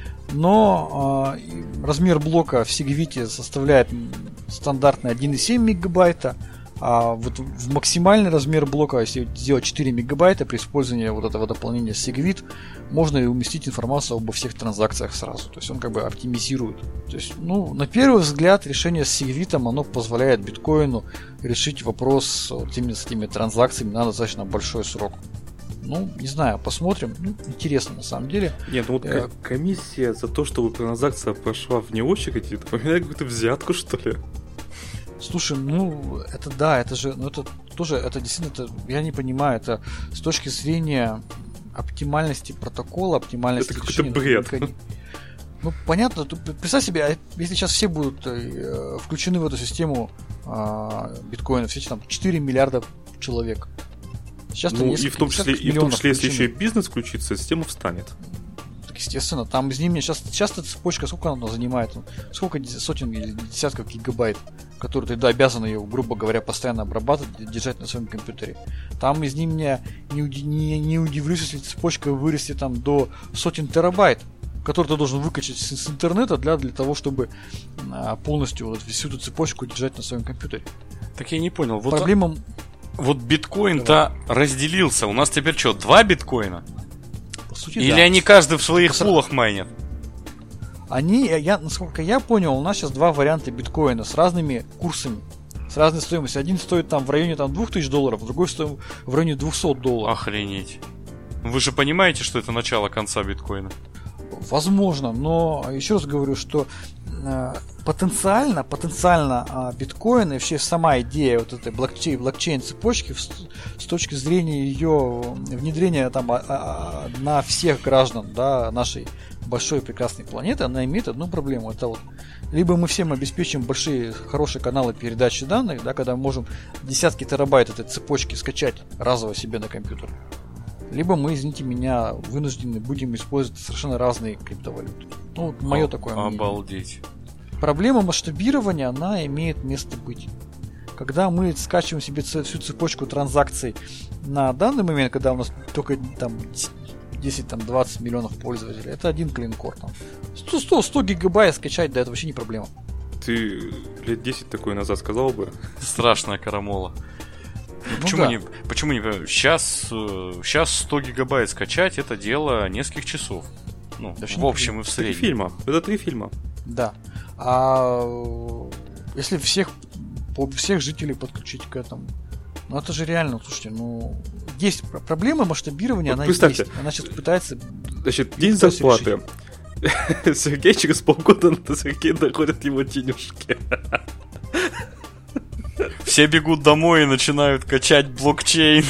Но э, размер блока в Segwit составляет стандартный один и семь мегабайта. А вот в максимальный размер блока, если сделать четыре мегабайта, при использовании вот этого дополнения Segwit, можно и уместить информацию обо всех транзакциях сразу. То есть он как бы оптимизирует. То есть, ну, на первый взгляд, решение с Segwit, оно позволяет биткоину решить вопрос вот именно с этими транзакциями на достаточно большой срок. Ну, не знаю, посмотрим. Ну, интересно на самом деле. Нет, ну вот э- комиссия за то, чтобы транзакция прошла вне очереди, это напоминает какую-то взятку, что ли? Слушай, ну, это да, это же, ну, это тоже, это действительно, это, я не понимаю, это с точки зрения оптимальности протокола, оптимальности это какой-то решения, бред. Ну, понятно, тут, представь себе, если сейчас все будут э, включены в эту систему э, биткоина, все эти там четыре миллиарда человек. Сейчас ну, и в том числе, и в том числе если еще и бизнес включится, система встанет. Естественно, там из нее сейчас часто цепочка, сколько она занимает? Сколько сотен или десятков гигабайт, которые ты да, обязан ее, грубо говоря, постоянно обрабатывать, держать на своем компьютере. Там из нее не, не, не удивлюсь, если цепочка вырастет там до сотен терабайт, которые ты должен выкачать с, с интернета для, для того, чтобы а, полностью вот, всю эту цепочку держать на своем компьютере. Так я не понял. Вот, Проблема... вот биткоин-то разделился. У нас теперь что, два биткоина? Сути, Или да. они каждый в своих пулах майнят? Они, я, насколько я понял, у нас сейчас два варианта биткоина с разными курсами, с разной стоимостью. Один стоит там в районе там, двух тысяч долларов, другой стоит в районе двухсот долларов. Охренеть. Вы же понимаете, что это начало конца биткоина? Возможно, но еще раз говорю, что э, потенциально, потенциально э, биткоин и вообще сама идея вот этой блокчейн, блокчейн цепочки в, с точки зрения ее внедрения там, а, а, на всех граждан, да, нашей большой прекрасной планеты, она имеет одну проблему. Это вот либо мы всем обеспечим большие хорошие каналы передачи данных, да, когда мы можем десятки терабайт этой цепочки скачать разово себе на компьютер. Либо мы, извините меня, вынуждены будем использовать совершенно разные криптовалюты. Ну, вот мое О, такое мнение. Обалдеть. Проблема масштабирования, она имеет место быть. Когда мы скачиваем себе всю цепочку транзакций на данный момент, когда у нас только там десять-двадцать миллионов пользователей, это один клинкор. Там. сто, сто гигабайт скачать, да, это вообще не проблема. Ты лет десять такое назад сказал бы? Страшная карамола. Ну, почему, да. не, почему не... Сейчас, сейчас сто гигабайт скачать, это дело нескольких часов. Ну, Да, в общем и в Три среднем. фильма. Это три фильма. Да. А если всех, всех жителей подключить к этому, ну это же реально, слушайте, ну есть проблема масштабирования, Вот она представьте. есть. Она сейчас пытается. Значит, день зарплаты. Сергей через полгода на Сергей доходят его денежки. Все бегут домой и начинают качать блокчейн.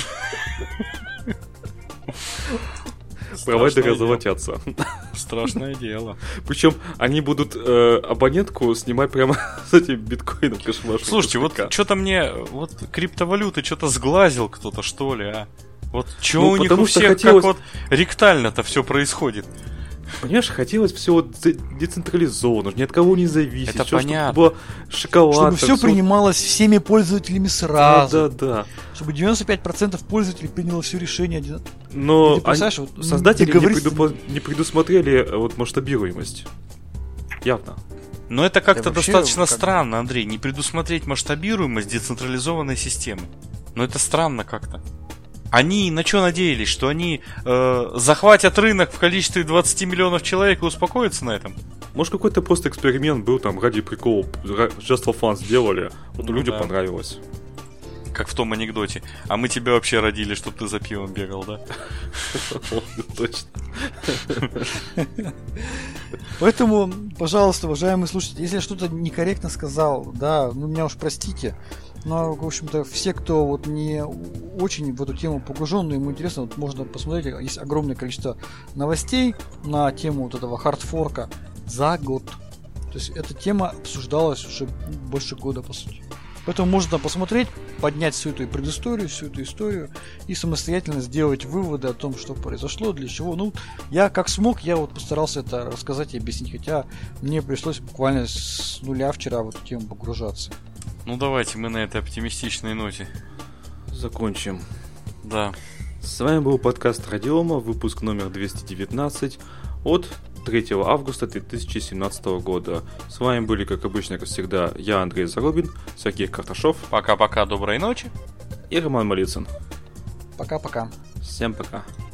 Провайдеры золотятся. Страшное дело. Причем они будут э, абонентку снимать прямо с этим биткоином кэшбэшем. Слушайте, вот что-то мне, вот криптовалюты что-то сглазил кто-то, что ли, а? Вот что Ну, у них потому у что всех хотелось- как вот ректально-то все происходит. Понимаешь, хотелось все вот де- децентрализованно, ни от кого не зависеть. Это всё, чтобы понятно. было шоколад. Чтобы все принималось всеми пользователями Да, сразу. да, да. Чтобы девяносто пять процентов пользователей приняло все решение. один- Но И ты представляешь, они- вот, создатели не, договориться- предупо- не предусмотрели э, вот масштабируемость. Явно. Но это как-то Да вообще, достаточно как- странно, Андрей, не предусмотреть масштабируемость децентрализованной системы. Но это странно как-то. Они на что надеялись? Что они э, захватят рынок в количестве двадцать миллионов человек и успокоятся на этом? Может, какой-то просто эксперимент был там ради прикола, ра- just for fun сделали. Вот Ну людям да. понравилось. Как в том анекдоте. А мы тебя вообще родили, чтобы ты за пивом бегал, да? Точно. Поэтому, пожалуйста, уважаемые слушатели, если я что-то некорректно сказал, да, ну меня уж простите. Но, в общем-то, все, кто вот не очень в эту тему погружен, но ему интересно, вот можно посмотреть, есть огромное количество новостей на тему вот этого хардфорка за год. То есть эта тема обсуждалась уже больше года, по сути. Поэтому можно посмотреть, поднять всю эту предысторию, всю эту историю и самостоятельно сделать выводы о том, что произошло, для чего. Ну, я как смог, я вот постарался это рассказать и объяснить, хотя мне пришлось буквально с нуля вчера в эту тему погружаться. Ну давайте мы на этой оптимистичной ноте. Закончим. Да. С вами был подкаст Радиома, выпуск номер двести девятнадцать от третьего августа две тысячи семнадцатого года. С вами были, как обычно, как всегда, я, Андрей Зарубин, Сергей Карташов Пока-пока, доброй ночи. и Роман Малицын. Пока-пока. Всем пока.